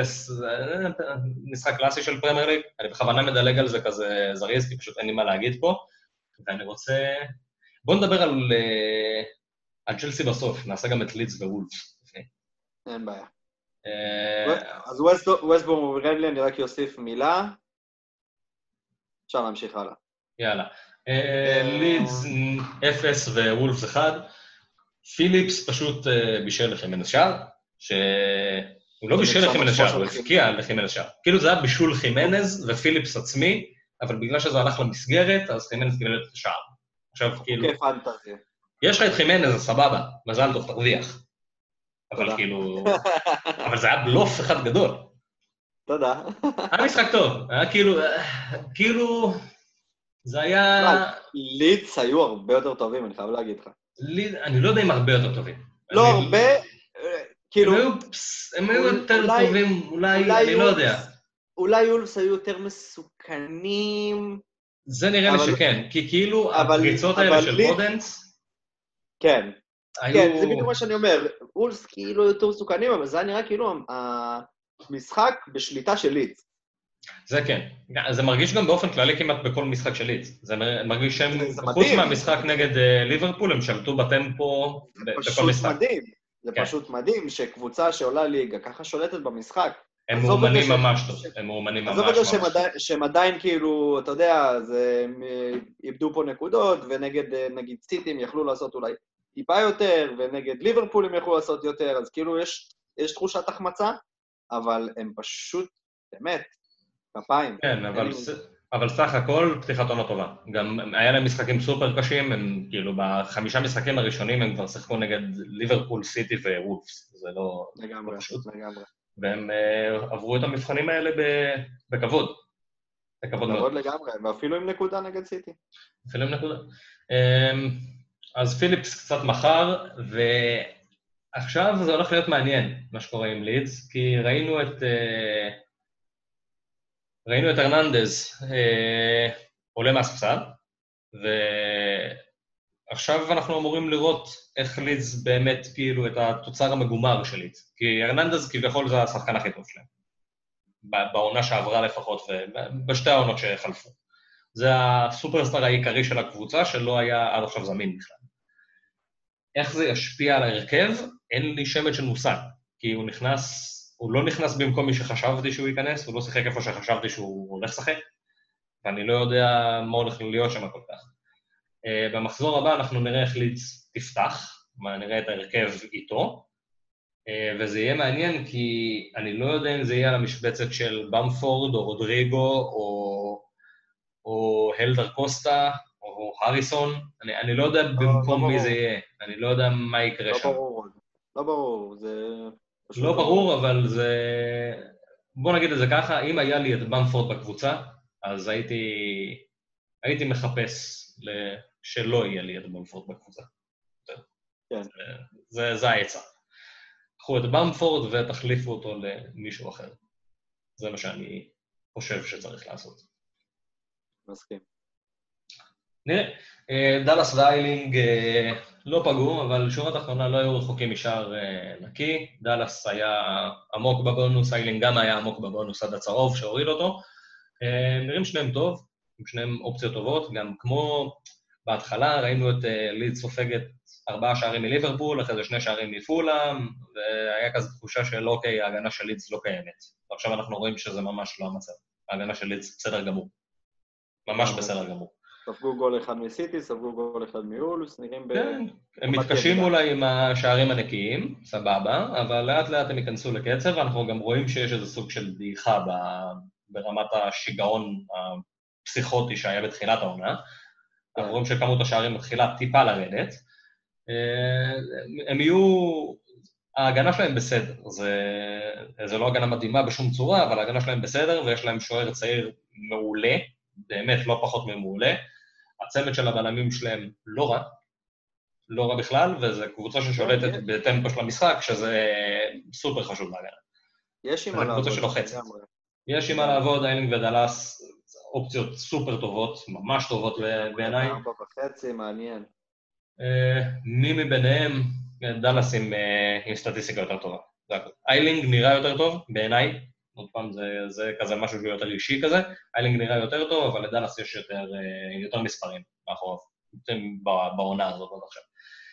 משחק קלאסי של פרמייר ליג, אני בכוונה מדלג על זה כזה זריז, כי פשוט אין לי מה להגיד פה, ואני רוצה... בואו נדבר על צ'לסי בסוף, נעשה גם את לידס ווולפס. אין בעיה. אז ווסט ברום וברנלי, אני רק אוסיף מילה, אפשר להמשיך הלאה. יאללה. לידס 0 ווולפס 1, פיליפס פשוט בישל לחימנז שער, שהוא לא בישל לחימנז שער, הוא הפקיע לחימנז שער. כאילו זה היה בישול חימנז ופיליפס עצמי, אבל בגלל שזה הלך למסגרת, אז חימנז קיבל את השער. עכשיו כאילו... כפנטזיה. יש לך את חימנז, אז סבבה, מזל טוב, תרוויח. אבל כאילו... אבל זה היה בלוף אחד גדול. תודה. היה משחק טוב, היה כאילו... זה היה... לידס היו הרבה יותר טובים, אני חייב להגיד לך. אני לא יודע אם הרבה יותר טובים. לא הרבה, כאילו... הם היו יותר טובים, אולי, אני לא יודע. אולי יולפס היו יותר מסוכנים. זה נראה לי שכן, כי כאילו הפריצות האלה של פודנס... כן, כן, זה בדיוק מה שאני אומר. וולפס כאילו יותר מסוכנים, אבל זה נראה כאילו המשחק בשליטה של לידס. זה כן. זה מרגיש גם באופן כללי כמעט בכל משחק של לידס. זה מרגיש שהם, חוץ מהמשחק נגד ליברפול, הם שלטו בטמפו בכל משחק. זה פשוט מדהים שקבוצה שעולה ליגה ככה שולטת במשחק. הם מאומנים ממש טוב. הם מאומנים ממש ממש. עזוב את זה שהם עדיין כאילו, אתה יודע, הם איבדו פה נקודות, ונגד נגיד סיטים יכלו לעשות אולי טיפה יותר, ונגד ליברפול הם יכלו לעשות יותר, אז כאילו יש תחושת החמצה, אבל הם פשוט, באמת, כפיים. כן, אבל סך הכל פתיחת עונה טובה. גם היה להם משחקים סופר קשים, הם כאילו ב5 משחקים הראשונים הם כבר שיחקו נגד ליברפול, סיטי וולפס. זה לא פשוט. לגמרי. והם עברו את המבחנים האלה בכבוד. בכבוד לגמרי, ואפילו עם נקודה נגד סיטי. אפילו עם נקודה. אז פיליפס קצת מחר, ועכשיו זה הולך להיות מעניין, מה שקורה עם לידס, כי ראינו את הרננדז עולה מהספסל, ועכשיו אנחנו אמורים לראות איך לידס באמת כאילו את התוצר המגומר של לידס, כי הרננדז כביכול זה השחקן הכי טוב שלהם, בעונה שעברה לפחות, ובשתי העונות שחלפו. זה הסופרסטאר העיקרי של הקבוצה, שלא היה עד עכשיו זמין בכלל. איך זה ישפיע על ההרכב? אין לי שמץ של מושג, כי הוא לא נכנס במקום מי שחשבתי שהוא ייכנס, הוא לא שיחק איפה שחשבתי שהוא הולך לשחק, ואני לא יודע מה הולך להיות שם כל כך. במחזור הבא אנחנו נראה איך לידס תפתח, נראה את ההרכב איתו, וזה יהיה מעניין כי אני לא יודע אם זה יהיה על המשבצת של במפורד או רודריגו או הלדר קוסטה או הריסון, אני לא יודע במקום מי זה יהיה, אני לא יודע מה יקרה שם. לא ברור, זה... לא ברור, אבל זה... בוא נגיד את זה ככה, אם היה לי את במפורד בקבוצה, אז הייתי מחפש שלא יהיה לי את במפורד בקבוצה. כן. זה העצה. קחו את במפורד ותחליפו אותו למישהו אחר. זה מה שאני חושב שצריך לעשות. מסכים. נראה, דלס ואיילינג לא פגעו, אבל שורה תחתונה לא היו רחוקים משער נקי. דלס היה עמוק בבונוס, איילינג גם היה עמוק בבונוס עד הצהוב שהוריד אותו. נראים שניהם טוב, עם שניהם אופציות טובות, גם כמו בהתחלה ראינו את לידס סופגת 4 שערים מליברפול, אחרי זה 2 שערים מפולאם, והיה כזו תחושה של אוקיי, ההגנה של לידס לא קיימת. ועכשיו אנחנו רואים שזה ממש לא המצב. ההגנה של לידס בסדר גמור. ממש בסדר גמור. ספגו גול אחד מסיטי, ספגו גול אחד מאולס, נראים כן, הם מתקשים אולי עם השערים הנקיים, סבבה, אבל לאט לאט הם ייכנסו לקצב, ואנחנו גם רואים שיש איזה סוג של דעיכה ברמת השיגעון הפסיכוטי שהיה בתחילת העונה. אנחנו רואים שכמות השערים מתחילה טיפה לרדת. הם יהיו... ההגנה שלהם בסדר, זה לא הגנה מדהימה בשום צורה, אבל ההגנה שלהם בסדר, ויש להם שוער צעיר מעולה, באמת לא פחות ממעולה. הצמד של הבלמים שלהם לא רע בכלל, וזו קבוצה ששולטת בטמפו של המשחק, שזה סופר חשוב להגנה. יש עם מה לעבוד. יש עם מה לעבוד, איילינג ודלס, אופציות סופר טובות, ממש טובות בעיניי. 4.5, מעניין. מי מביניהם, דלס עם סטטיסטיקה יותר טובה. איילינג נראה יותר טוב, בעיניי, עוד פעם זה כזה משהו שהוא יותר אישי כזה, איילינג נראה יותר טוב, אבל לדלס יש יותר מספרים מאחוריו, בעונה הזאת עוד עכשיו.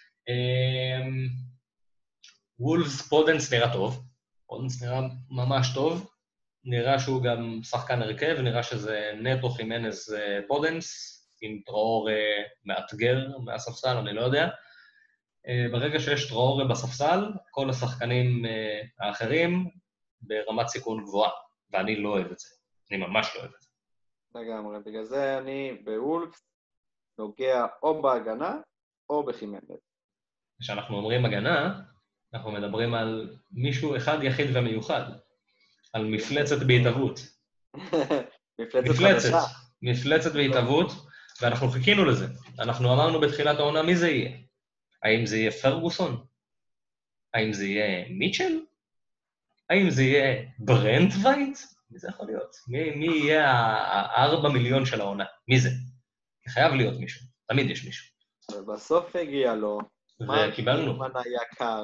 וולפס, פודנס נראה טוב, פודנס נראה ממש טוב, נראה שהוא גם שחקן הרכב, נראה שזה נטו חימנז פודנס, עם טראור מאתגר מהספסל, אני לא יודע. ברגע שיש טראור בספסל, כל השחקנים האחרים ברמת סיכון גבוהה, ואני לא אוהב את זה. אני ממש לא אוהב את זה. לגמרי, בגלל זה אני בוולפס נוגע או בהגנה או בחימנז. כשאנחנו אומרים הגנה, אנחנו מדברים על מישהו אחד יחיד ומיוחד, על מפלצת בהתהוות. מפלצת בהתהוות, ואנחנו חיכינו לזה. אנחנו אמרנו בתחילת העונה מי זה יהיה. האם זה יהיה פרגוסון? האם זה יהיה מיטשל? האם זה יהיה ברנטווייט? מי זה יכול להיות? מי יהיה ה4 מיליון של העונה? מי זה? חייב להיות מישהו. תמיד יש מישהו. ובסוף הגיע לו. וקיבלנו. מה היה קר?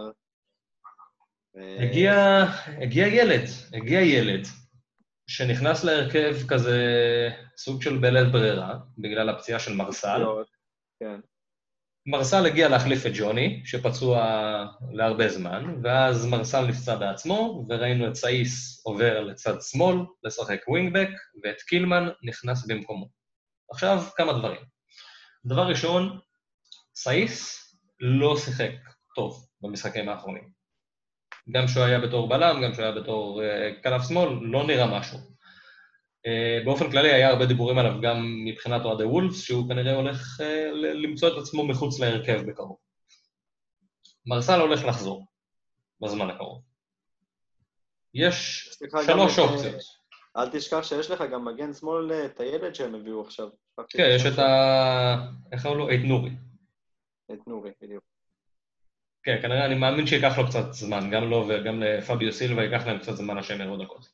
הגיע ילד שנכנס להרכב כזה סוג של בלית ברירה, בגלל הפציעה של מרסל. כן. מרסל הגיע להחליף את ג'וני, שפצוע להרבה זמן, ואז מרסל נפצע בעצמו, וראינו את סאיס עובר לצד שמאל, לשחק ווינגבק, ואת קילמן נכנס במקומו. עכשיו, כמה דברים. דבר ראשון, סאיס לא שיחק טוב במשחקים האחרונים. גם שהוא היה בתור בלם, גם שהוא היה בתור כנף שמאל, לא נראה משהו. באופן כללי היה הרבה דיבורים עליו גם מבחינת אוהדי וולפס, שהוא כנראה הולך למצוא את עצמו מחוץ להרכב בקרוב. מרסל הולך לחזור בזמן הקרוב. יש 3 אופציות. אל תשכח שיש לך גם מגן שמאל את הילד שהם הביאו עכשיו. כן, יש את איך קוראים לו? את נורי. את נורי, בדיוק. כן, כנראה אני מאמין שיקח לו קצת זמן, גם לו וגם לפביו סילבה ייקח להם קצת זמן השם יראו דקות.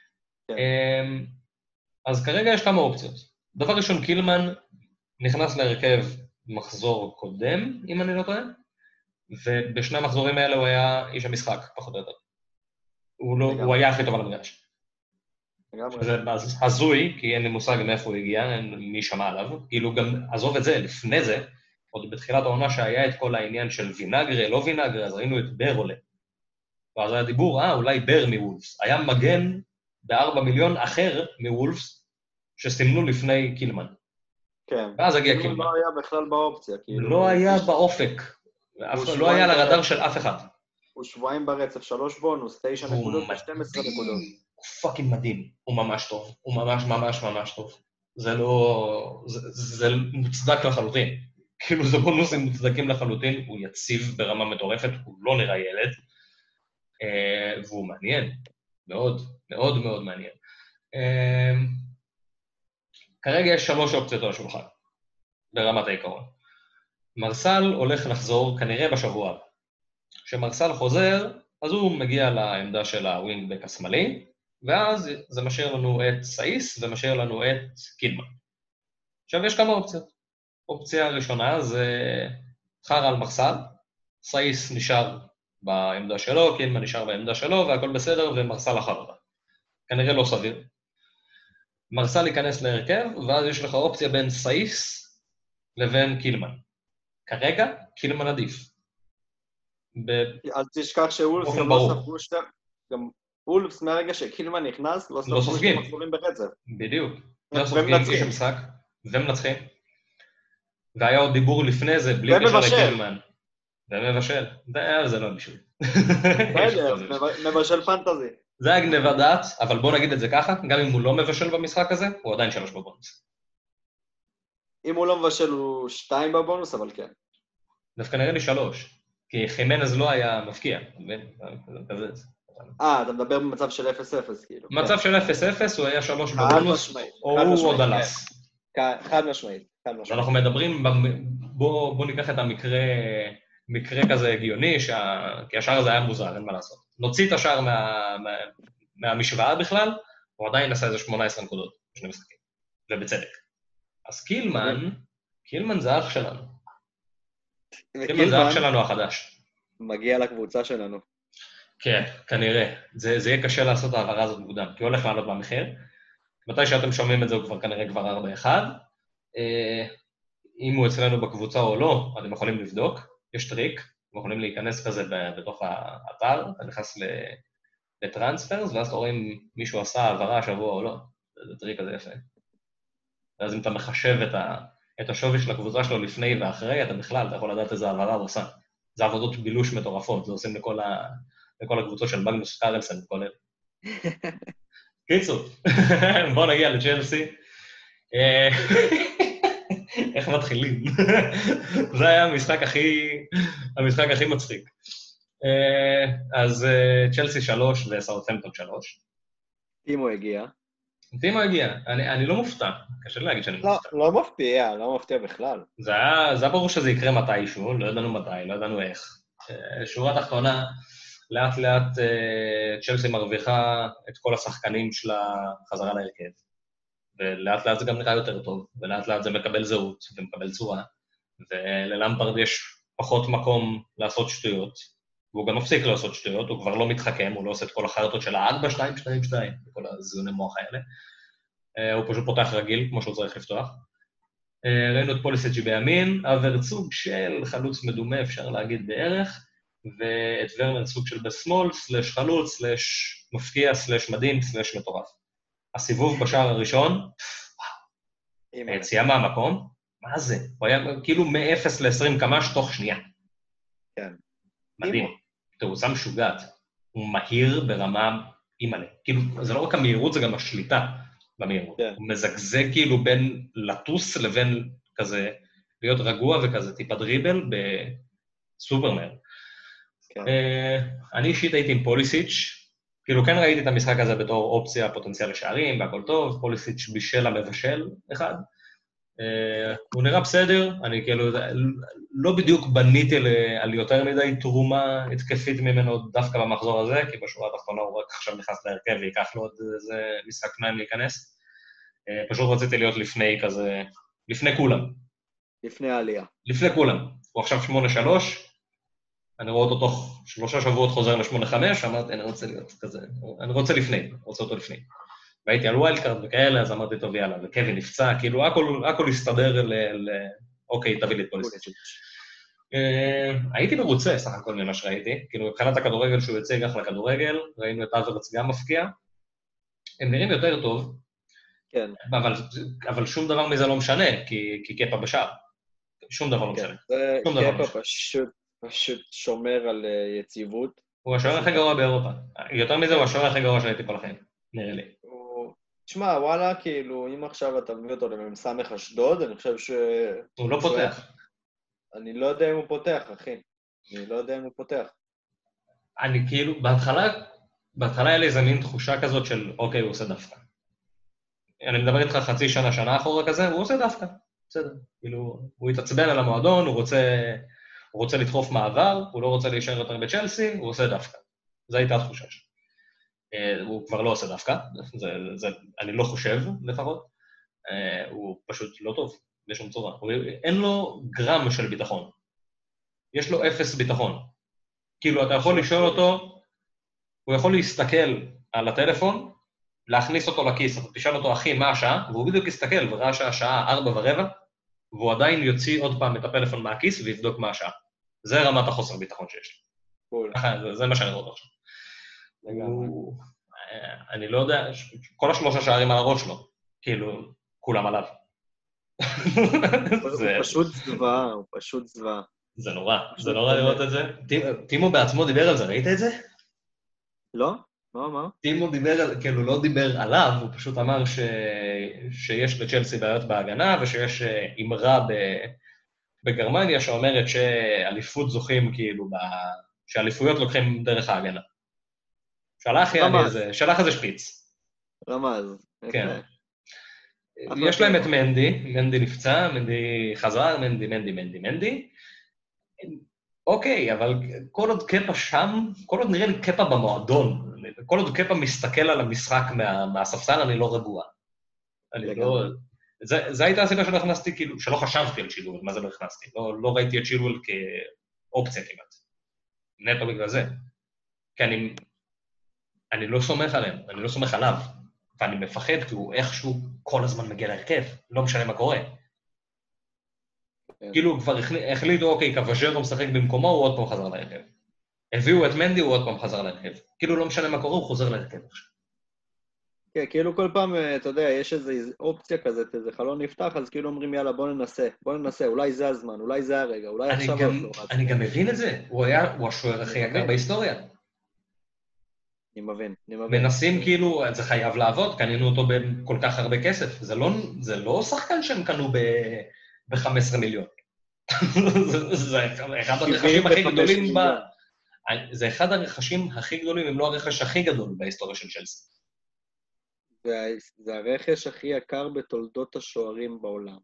אז כרגע יש כמה אופציות. דבר ראשון, קילמן נכנס להרכב מחזור קודם, אם אני לא טועה, ובשני המחזורים האלה הוא היה איש המשחק, פחות או יותר. הוא היה הכי טוב על המגרש. זה הזוי, כי אין לי מושג מאיפה הוא הגיע, אין מי שמע עליו. כאילו גם, עזוב את זה, לפני זה, עוד בתחילת העונה שהיה את כל העניין של וינגרה, לא וינגרה, אז ראינו את בר עולה. ואז היה דיבור, אולי בר מוולפס. היה מגן ב4 מיליון אחר מוולפס, שסימנו לפני קילמן. כן. ואז הגיע קילמן. לא היה בכלל באופציה. לא היה באופק. לא היה לרדאר של אף אחד. הוא שבועיים ברצף, 3 בונוס, 9 נקודות ו-12 נקודות. הוא פאקינג מדהים. הוא ממש טוב. הוא ממש ממש ממש טוב. זה לא... זה מוצדק לחלוטין. כאילו זה בונוסים מוצדקים לחלוטין. הוא יציב ברמה מטורפת, הוא לא נראה ילד. והוא מעניין. מאוד, מאוד מאוד מעניין. כרגע יש 3 אופציות על השולחן, ברמת העיקרון. מרסל הולך לחזור כנראה בשבוע הבא. כשמרסל חוזר, אז הוא מגיע לעמדה של הווינגבק השמאלי, ואז זה משאיר לנו את סאיס ומשאיר לנו את קילמן. עכשיו יש כמה אופציות. אופציה הראשונה זה חר על מרסל, סאיס נשאר בעמדה שלו, קילמן נשאר בעמדה שלו, והכל בסדר, ומרסל אחר בה. כנראה לא סביר. מרסל ייכנס להרכב, ואז יש לך אופציה בין סאיס לבין קילמן. כרגע, קילמן עדיף. אל תשכח שוולפס גם לא ספגו שתי... גם וולפס מהרגע שקילמן נכנס, לא ספגו שתי מחזורים ברצף. בדיוק. לא ספגים איש המשחק. ומנצחים. והיה עוד דיבור לפני זה, בלי קשר לקילמן. ומבשל. זה לא בשביל. מבשל פנטזי. זה היה גניבת דעת, אבל בוא נגיד את זה ככה, גם אם הוא לא מבשל במשחק הזה, הוא עדיין 3 בבונוס. אם הוא לא מבשל הוא 2 בבונוס, אבל כן. דווקא נראה לי 3, כי חימנז לא היה מפקיע. אתה מדבר במצב של 0-0, כאילו. מצב של 0-0, הוא היה 3 בבונוס, או הוא עוד אלס. חד משמעית. אנחנו מדברים, בוא ניקח את מקרה כזה הגיוני, כי השער הזה היה מוזר, אין מה לעשות. נוציא את השער מהמשוואה בכלל, הוא עדיין עשה איזה 18 נקודות, בשני משחקים, ובצדק. אז קילמן זה אח שלנו. קילמן זה אח שלנו החדש. מגיע לקבוצה שלנו. כן, כנראה. זה יהיה קשה לעשות את העברה הזאת מוקדם, כי הוא הולך לעלות במחיר. מתי שאתם שומעים את זה, הוא כבר כנראה כבר 4-1. אם הוא אצלנו בקבוצה או לא, אתם יכולים לבדוק. יש טריק, אתם יכולים להיכנס כזה בתוך האתר, אתה נכנס לטרנספרס, ואז אתה רואה אם מישהו עשה העברה השבוע או לא. זה טריק כזה יפה. ואז אם אתה מחשב את השווי של הקבוצה שלו לפני ואחרי, אתה בכלל, אתה יכול לדעת איזה העברה הוא עושה. זה עבודות בילוש מטורפות, זה עושים לכל הקבוצות של מגנוס קרלסן, כולל. קיצור, בואו נגיע לצ'לסי. איך מתחילים? זה היה המשחק הכי מצחיק. אז צ'לסי 3 וסאות'המפטון 3. טימו הגיע. אני לא מופתע, קשה להגיד שאני מופתע. לא מפתיע בכלל. זה היה ברור שזה יקרה מתישהו, לא ידענו מתי, לא ידענו איך. שורה תחתונה, לאט לאט צ'לסי מרוויחה את כל השחקנים שלה חזרה להרכב. ולאט לאט זה גם נראה יותר טוב, ולאט לאט זה מקבל זהות ומקבל צורה, וללמפרד יש פחות מקום לעשות שטויות, והוא גם מפסיק לעשות שטויות, הוא כבר לא מתחכם, הוא לא עושה את כל החרטות של ה-4-2-2-2, וכל הזיוני מוח האלה. הוא פשוט פותח רגיל, כמו שהוא צריך לפתוח. ראינו את פוליסיג' בימין, אברט סוג של חלוץ מדומה, אפשר להגיד בערך, ואת ורנר סוג של בשמאל, סלש חלוץ, סלש מפקיע, סלש מדהים, סלש מטורף. הסיבוב בשער הראשון, היציאה מהמקום, מה זה? הוא היה כאילו מ-0 ל-20 קמ"ש תוך שנייה. כן. מדהים. הוא שם משוגעת. הוא מהיר ברמה אימאלה. כאילו, זה לא רק המהירות, זה גם השליטה במהירות. הוא מזגזג כאילו בין לטוס לבין כזה, להיות רגוע וכזה טיפה דריבל בסופרמן. אני אישית הייתי עם פוליסיץ', כאילו כן ראיתי את המשחק הזה בתור אופציה פוטנציאל לשערים, והכל טוב, פוליסיץ' בישל המבשל אחד. הוא נראה בסדר, אני כאילו לא בדיוק בניתי על יותר מדי תרומה התקפית ממנו דווקא במחזור הזה, כי בשורה התחתונה הוא רק עכשיו נכנס להרכב ויקח לו עוד איזה משחק שניים להיכנס. פשוט רציתי להיות לפני כזה, לפני כולם. לפני העלייה. לפני כולם. הוא עכשיו 8-3, אני רואה אותו תוך 3 שבועות חוזר ל-8-5, אמרתי, אני רוצה להיות כזה, אני רוצה לפני, רוצה אותו לפני. והייתי על ווילד קארד וכאלה, אז אמרתי, טוב, יאללה, וקווי נפצע, כאילו, הכל הסתדר אוקיי, תביא לי את פוליסיץ'. הייתי מרוצה, סך הכל ממה שראיתי, כאילו, מבחינת הכדורגל שהוא יוצא אחלה כדורגל, ראינו את אברץ גם מפקיע, הם נראים יותר טוב, כן. אבל שום דבר מזה לא משנה, כי קפה בשער. שום דבר לא משנה. קפה פשוט שומר על יציבות. הוא השוער הכי גרוע באירופה. יותר מזה, הוא השוער הכי גרוע שהייתי פה לחיים, נראה לי. תשמע, וואלה, כאילו, אם עכשיו אתה מביא אותו למסמך אשדוד, אני חושב ש... הוא לא פותח. אני לא יודע אם הוא פותח, אחי. אני לא יודע אם הוא פותח. אני כאילו, בהתחלה היה לי איזה מין תחושה כזאת של, אוקיי, הוא עושה דווקא. אני מדבר איתך חצי שנה, שנה אחורה כזה, הוא עושה דווקא. בסדר. כאילו, הוא התעצבן על המועדון, הוא רוצה לדחוף מעבר, הוא לא רוצה להישאר יותר בצ'לסי, הוא עושה דווקא. זו הייתה התחושה שלי. הוא כבר לא עושה דווקא, אני לא חושב לפחות, הוא פשוט לא טוב, בשום צורה. אין לו גרם של ביטחון. יש לו 0 ביטחון. כאילו, אתה יכול לשאול אותו, הוא יכול להסתכל על הטלפון, להכניס אותו לכיס, אתה תשאל אותו, אחי, מה השעה? והוא בדיוק יסתכל וראה שהשעה 4:15, והוא עדיין יוציא עוד פעם את הפלאפון מהכיס ויבדוק מה השעה. זה רמת החוסר ביטחון שיש. זה מה שאני רואה עכשיו. אני לא יודע, כל 3 שערים על הראש שלו, כאילו, כולם עליו. הוא פשוט זוועה, הוא פשוט זוועה. זה נורא, זה נורא לראות את זה. טימו בעצמו דיבר על זה, ראית את זה? לא? מה אמר? טימו דיבר, כאילו לא דיבר עליו, הוא פשוט אמר שיש לצ'לסי בעיות בהגנה, ושיש אמרה בגרמניה שאומרת שאליפות זוכים כאילו, שאליפויות לוקחים דרך ההגנה. שלח איזה שפיץ. רמז. כן. יש להם את מנדי נפצע, מנדי חזר, מנדי. אוקיי, אבל כל עוד קפה שם, כל עוד נראה לי קפה במועדון, כל עוד קפה מסתכל על המשחק מהספסל, אני לא רגוע. זה הייתה הסיבה שלא הכנסתי, כאילו, שלא חשבתי על צ'ילואל, מה זה לא הכנסתי? לא ראיתי את צ'ילואל כאופציה כמעט. נטו בגלל זה. כי אני לא סומך עליהם, אני לא סומך עליו, ואני מפחד כי הוא איכשהו כל הזמן מגיע להרכב, לא משנה מה קורה. כאילו כבר החליטו, אוקיי, קוואז'רו משחק במקומו, הוא עוד פעם חזר להרכב. הביאו את מנדי, הוא עוד פעם חזר להרכב. כאילו לא משנה מה קורה, הוא חוזר להרכב עכשיו. כן, כאילו כל פעם, אתה יודע, יש איזו אופציה כזאת, איזה חלון נפתח, אז כאילו אומרים, יאללה, בוא ננסה, אולי זה הזמן, אולי זה הרגע, אולי עכשיו... אני גם מבין את זה, הוא השוער הכי יקר בהיסטוריה. אני מבין. מנסים כאילו, זה חייב לעבוד, קנינו אותו בכל כך הרבה כסף, זה לא שחקן שהם קנו ב-15 מיליון. זה אחד הרכשים הכי גדולים זה אחד הרכשים הכי גדולים, אם לא הרכש הכי גדול בהיסטוריה של צ'לסי. זה הרכש הכי יקר בתולדות השוערים בעולם.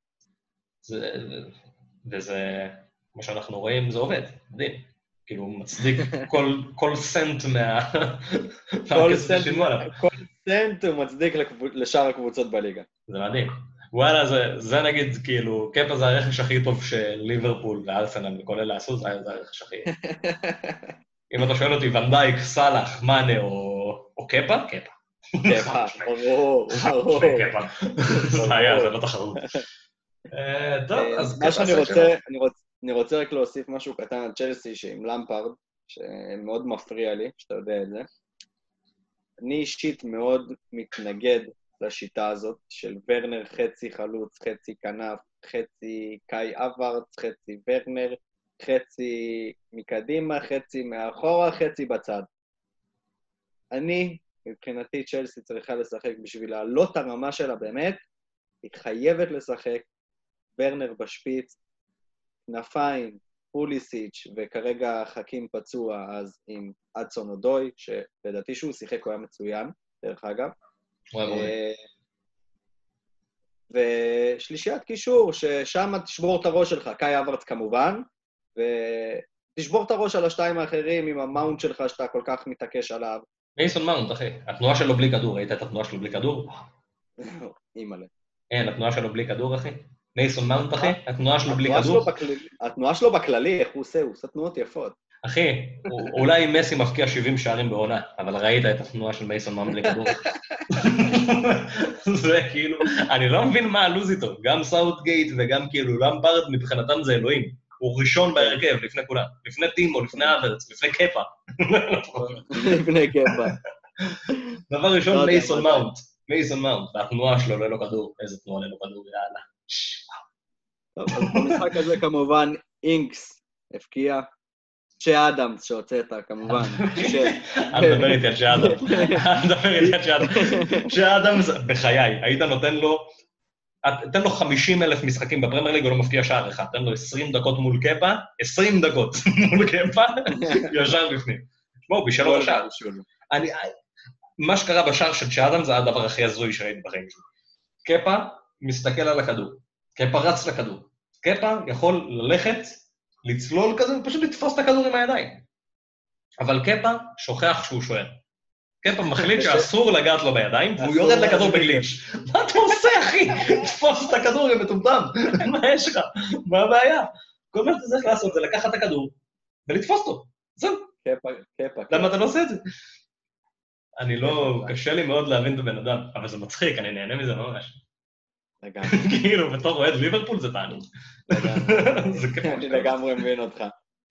וזה, כמו שאנחנו רואים, זה עובד, מדהים. כאילו, הוא מצדיק כל סנט מהכסף ששילמו עליו. כל סנט הוא מצדיק לשאר הקבוצות בליגה. זה מדהים. וואלה, זה נגיד, כאילו, קפה זה הרכש הכי טוב של ליברפול וארסנל וכל אלה עשו, זה הרכש הכי... אם אתה שואל אותי, ונדייק, סלאח, מאנה או קפה? קפה. קפה, ברור. קפה. זה היה, זה לא תחרות. טוב, אז מה שאני רוצה רק להוסיף משהו קטן על צ'לסי, שעם למפרד, שמאוד מפריע לי, שאתה יודע את זה. אני אישית מאוד מתנגד לשיטה הזאת של ורנר חצי חלוץ, חצי כנף, חצי קאי אברץ, חצי ורנר, חצי מקדימה, חצי מאחורה, חצי בצד. מבחינתי צ'לסי צריכה לשחק בשביל לעלות את הרמה שלה באמת, היא חייבת לשחק, ורנר בשפיץ, כנפיים, פוליסיץ' וכרגע חכים פצוע אז עם אדסון אודוי, שלדעתי שהוא שיחק הוא היה מצוין, דרך אגב. ושלישיית קישור, ששם תשבור את הראש שלך, קאי אברץ כמובן, ותשבור את הראש על השתיים האחרים עם המאונט שלך שאתה כל כך מתעקש עליו. מייסון מאונט, אחי. התנועה שלו בלי כדור, ראית את התנועה שלו בלי כדור? אימא'לה. אין, התנועה שלו בלי כדור, אחי. מייסון מאונט, אחי, התנועה שלו בלי כדור. התנועה שלו בכללי, איך הוא עושה? הוא עושה תנועות יפות. אחי, אולי מסי מפקיע 70 שערים בעונה, אבל ראית את התנועה של מייסון מאונט בלי כדור? זה כאילו, אני לא מבין מה הלוז איתו, גם סאוטגייט וגם כאילו למפרד מבחינתם זה אלוהים. הוא ראשון בהרכב, לפני כולם. לפני טימו, לפני אברץ, לפני קפה. לפני קפה. דבר ראשון, מייסון מאונט, והתנועה שלו לא כדור. איזה תנועה לא כדור, יאללה. טוב, אז במשחק הזה כמובן, אינקס הפקיע. שאדמס שהוצאת, כמובן. אל תדבר איתי על שאדמס. שאדמס, בחיי, היית נותן לו... תן לו 50,000 משחקים בפרמייר ליג, הוא לא מפקיע שער אחד. תן לו 20 דקות מול קפה, 20 דקות מול קפה, ישר בפנים. בואו, בשלו לשער. מה שקרה בשער של שאדם זה הדבר הכי הזוי שראיתי בחיים שלו. קפה מסתכל על הכדור. קפה רץ לכדור. קפה יכול ללכת, לצלול כזה, ופשוט לתפוס את הכדור עם הידיים. אבל קפה שוכח שהוא שוער. קפה מחליט שאסור לגעת לו בידיים, והוא יורד לכדור בגליץ'. מה אתה עושה, אחי? תפוס את הכדור, גם מטומטם. מה יש לך? מה הבעיה? כל מה שאתה צריך לעשות זה לקחת את הכדור ולתפוס אותו. זהו. קפה. למה אתה לא עושה את זה? אני לא... קשה לי מאוד להבין את הבן אדם, אבל זה מצחיק, אני נהנה מזה ממש. לגמרי. כאילו, בתור אוהד ליברפול זה תענוג. אני לגמרי מבין אותך.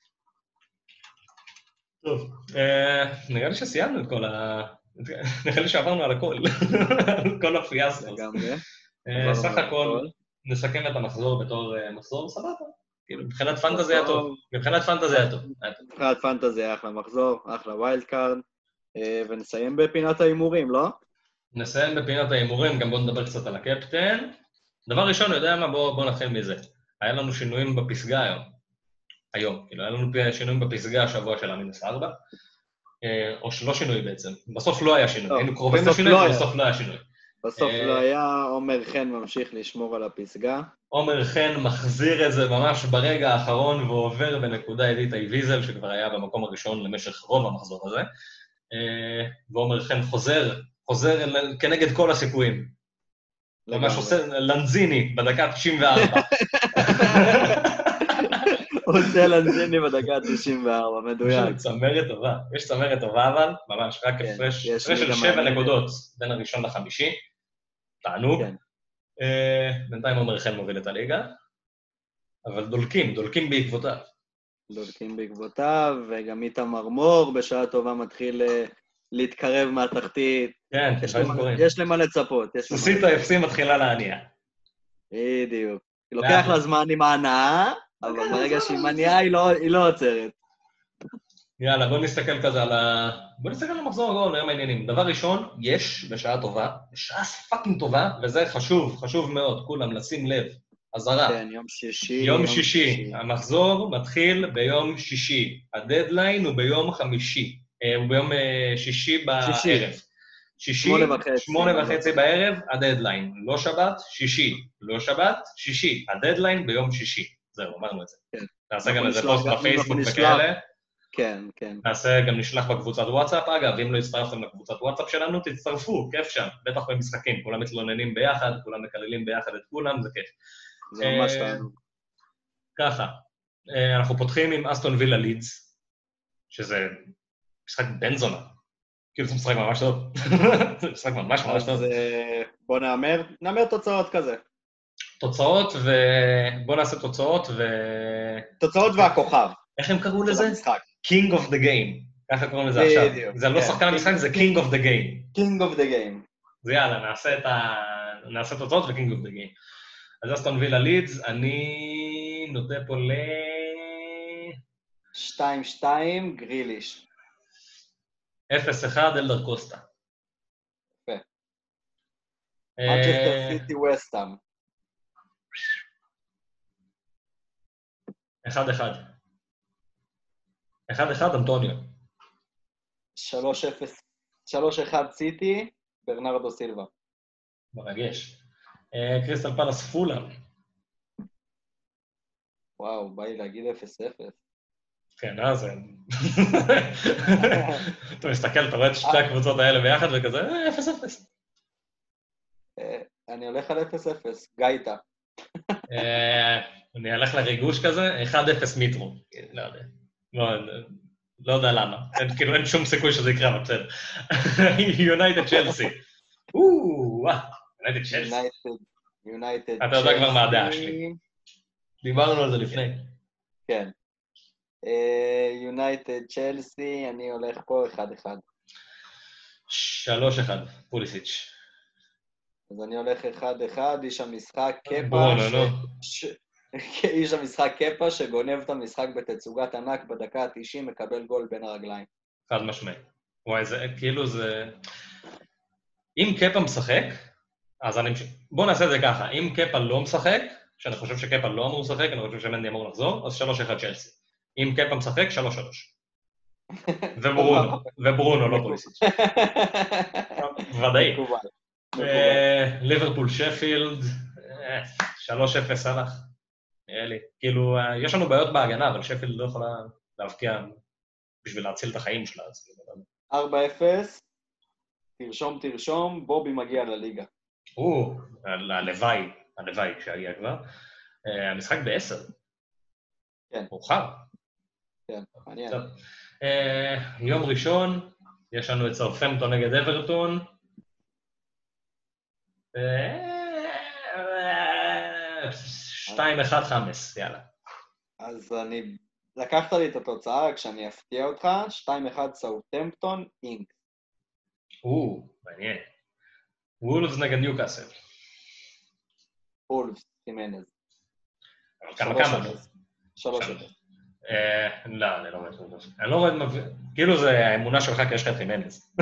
טוב, נראה לי שסיימנו את כל נראה לי שעברנו על הכל, כל הפיאסקוס. לגמרי. סך הכל, נסכם את המחזור בתור מחזור סבבה. כאילו, מבחינת פנטזי היה טוב. מבחינת פנטזי היה טוב. מבחינת פנטזי אחלה מחזור, אחלה ווילד קארד, ונסיים בפינת האימורים, לא? נסיים בפינת האימורים, גם בואו נדבר קצת על הקפטן. דבר ראשון, יודע מה? בואו נתחיל מזה. היה לנו שינויים בפסגה היום. כאילו, היה לנו שינויים בפסגה השבוע של -4, או שלא שינוי בעצם. בסוף לא היה שינוי. היינו קרובים לשינוי, ובסוף לא היה שינוי. בסוף לא היה, עומר חן ממשיך לשמור על הפסגה. עומר חן מחזיר את זה ממש ברגע האחרון, ועובר בנקודה אליטאי ויזל, שכבר היה במקום הראשון למשך רוב המחזור הזה. ועומר חן חוזר כנגד כל הסיכויים. ממש עושה לנזיני בדקה 94. עושה לנזיני בדקה 94, מדויק. יש צמרת טובה, יש צמרת טובה אבל, ממש רק הפרש של 7 נקודות בין הראשון לחמישי. תענוג. בינתיים עומר חן מוביל את הליגה, אבל דולקים בעקבותיו. דולקים בעקבותיו, וגם איתמר מור בשעה טובה מתחיל להתקרב מהתחתית. כן, יש למה לצפות. סוסית ה-FC מתחילה להניע. בדיוק. לוקח לה זמן עם ההנאה, אבל ברגע שהיא מניעה היא לא עוצרת. יאללה, בוא נסתכל כזה בוא נסתכל על המחזור הגול, נראה מעניינים. דבר ראשון, יש בשעה טובה, בשעה פאקינג טובה, וזה חשוב מאוד, כולם, לשים לב. אזהרה. כן, יום שישי. יום שישי. המחזור מתחיל ביום שישי. הדדליין הוא ביום חמישי. הוא ביום שישי בערב. 8:30 בערב, הדדליין. לא שבת, שישי. לא שבת, שישי. הדדליין ביום שישי. זהו, אמרנו את זה. נעשה גם איזה פוסט בפייסבוק וכאלה. כן, כן. גם נשלח בקבוצת וואטסאפ, אגב, אם לא הצטרפתם לקבוצת וואטסאפ שלנו, תצטרפו, כיף שם, בטח במשחקים, כולם מתלוננים ביחד, כולם מקללים ביחד את כולם, זה כיף. זה ממש טענו. ככה, אנחנו פותחים עם אסטון וילה לידס, שזה משחק בן זונה, כאילו זה משחק ממש טוב, זה משחק ממש טוב. אז בוא נאמר תוצאות כזה. תוצאות בוא נעשה תוצאות תוצאות והכוכב. איך הם קראו לזה? King of the Game. ככה קוראים לזה עכשיו. זה לא שחקן המשחק, זה King of the Game. King of the Game. זה יאללה, נעשה תוצאות ו-King of the Game. אז אסטון וילה לידס, אני נוטה פה 2-2, גריליש. 0-1, אלדר קוסטה. יפה. מנצ'סטר סיטי וסטהאם. 1-1. 1-1, אנטוניו. 3-1 סיטי, ברנרדו סילבה. מרגש. קריסטל פלאס פולאם. וואו, בא לי להגיד 0-0. כן, זה... אתה מסתכל, אתה רואה את שתי הקבוצות האלה ביחד וכזה, 0-0. אני הולך על 0-0, גייטה. אני הולך לריגוש כזה, 1-0 מיטרו. לא יודע. לא יודע למה. כאילו אין שום סיכוי שזה יקרה, אבל בסדר. יונייטד צ'לסי. יונייטד צ'לסי. אתה יודע כבר מה הדעה שלי. דיברנו על זה לפני. כן. יונייטד צ'לסי, אני הולך פה 1-1. 3-1, פוליסיץ'. אז אני הולך 1-1, איש המשחק איש המשחק קפה שגונב את המשחק בתצוגת ענק בדקה ה-90 מקבל גול בין הרגליים. חד משמעי. וואי, זה כאילו זה... אם קפה משחק, אז בוא נעשה את זה ככה, אם קפה לא משחק, שאני חושב שקפה לא אמור לשחק, אני חושב שמנדי אמור לחזור, אז 3-1 צ'לסי. אם קפה משחק, 3-3. וברונו, לא פוליסיץ'. ודאי. ליברפול שפילד, 3-0 סלח. נראה לי. כאילו, יש לנו בעיות בהגנה, אבל שפילד לא יכולה להבקיע בשביל להציל את החיים שלה. 4-0, תרשום, בובי מגיע לליגה. הלוואי כשהגיע כבר. המשחק ב-10. כן. מאוחר. כן, מעניין. יום ראשון, יש לנו את סאות'המפטון נגד אברטון. 2-1 חמאס, יאללה. אז לקחת לי את התוצאה כשאני אפתיע אותך, 2-1 סאות'המפטון אינק. מעניין. וולפס נגד ניוקאסל. וולפס. חימנז. כמה? 3-0. לא, אני לא רואה את זה. אני לא רואה את כאילו זה האמונה שלך כי יש לך את חימנז.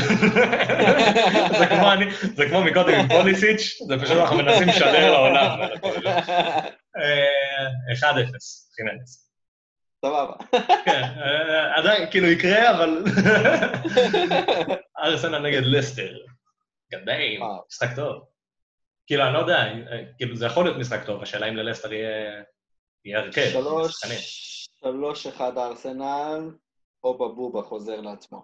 זה כמו מקודם עם פוליסיץ', זה פשוט אנחנו מנסים לשדר לעולם. 1-0, חימנז. סבבה. כן, עדיין, כאילו יקרה, אבל... ארסנל נגד לסטר. גדיים, משחק טוב. כאילו, אני לא יודע, כאילו זה יכול להיות משחק טוב, השאלה אם ללסטר יהיה הרכב. 3-1 ארסנל, או בבובה חוזר לעצמו.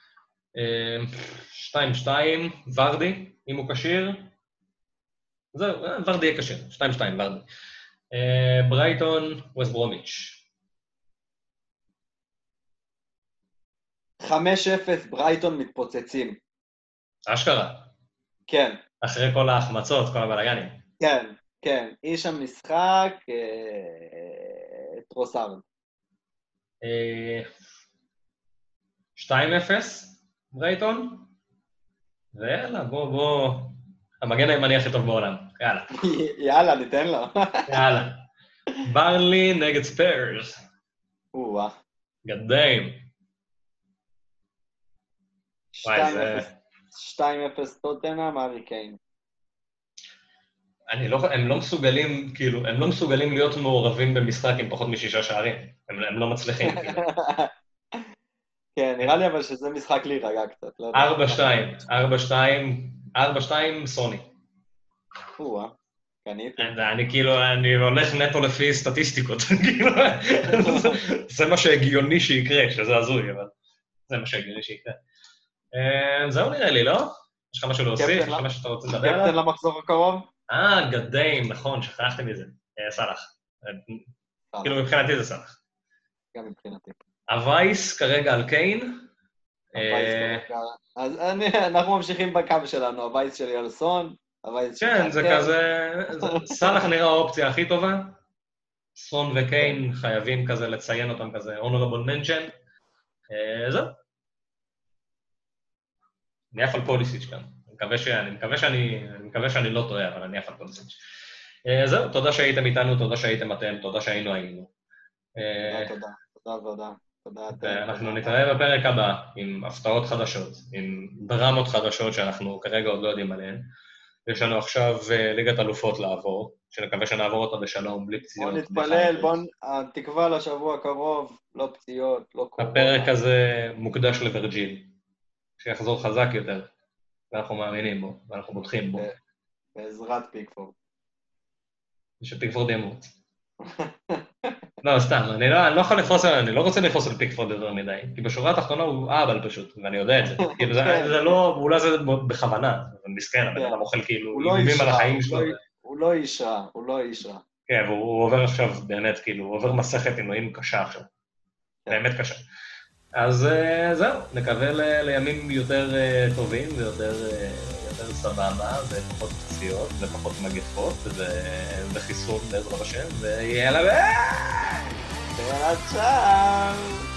2-2, ורדי, אם הוא כשיר. זהו, ורדי יהיה כשיר, 2-2, ורדי. ברייטון, ווסט ברומיץ'. 5-0 ברייטון מתפוצצים. אשכרה. כן. אחרי כל ההחמצות, כל הבלגנים. כן, כן. איש המשחק, טרוסארד. 2-0, ברייטון. ויאללה, בוא. המגן הימני הכי טוב בעולם. יאללה. יאללה, ניתן לו. יאללה. ברלי נגד ספיירס. גדיים. 2-0 טוטנהאם, הארי קיין. הם לא מסוגלים, כאילו, הם לא מסוגלים להיות מעורבים במשחק עם פחות מ6 שערים. הם לא מצליחים, כאילו. כן, נראה לי אבל שזה משחק להירגע קצת. 4-2, סוני. קניתי. אני הולך נטו לפי סטטיסטיקות, זה מה שהגיוני שיקרה, שזה הזוי, אבל זה מה שהגיוני שיקרה. זהו נראה לי, לא? יש לך משהו להוסיף? יש לך משהו שאתה רוצה לדבר עליו? קפטן למחזור הקרוב? גדיים, נכון, שכחתי מזה. סלח. כאילו מבחינתי זה סלח. גם מבחינתי. הווייס כרגע על קיין. אז אנחנו ממשיכים בקו שלנו, הווייס שלי על סון, הווייס שלי על קיין. כן, זה כזה, סלח נראה האופציה הכי טובה. סון וקיין חייבים כזה לציין אותם כזה, honorable mention. זהו. אני אף על פוליסיץ' כאן. אני מקווה שאני לא טועה, אבל אני אף על פוליסיץ'. זהו, תודה שהייתם איתנו, תודה שהייתם אתם, תודה שהיינו. תודה. אנחנו נתראה בפרק הבא עם הפתעות חדשות, עם דרמות חדשות שאנחנו כרגע עוד לא יודעים עליהן. יש לנו עכשיו ליגת אלופות לעבור, שנקווה שנעבור אותה בשלום, בלי פציעות. בוא נתפלל, תקווה לשבוע הקרוב, לא פציעות, לא קורונה. הפרק הזה מוקדש לוורג'יל. שיחזור חזק יותר, ואנחנו מאמינים בו, ואנחנו בוטחים בו. בעזרת פיקפורד. שפיקפורד ימות. לא, סתם, אני לא יכול לפרוס, אני לא רוצה לפרוס על פיקפורד יותר מדי, כי בשורה התחתונה הוא אבל פשוט, ואני יודע את זה. כאילו זה לא, אולי זה בכוונה, זה מסכן, אבל אתה מוכל כאילו איומים על החיים שלו. הוא לא איש רע. כן, והוא עובר עכשיו באמת, כאילו, הוא עובר מסכת עינויים קשה עכשיו. באמת קשה. אז זהו, נקווה לימים יותר טובים ויותר סבבה, ופחות פציעות, ופחות מגפות, וחיסון בעזרת השם, ויאללה ביי! יאללה צ'או!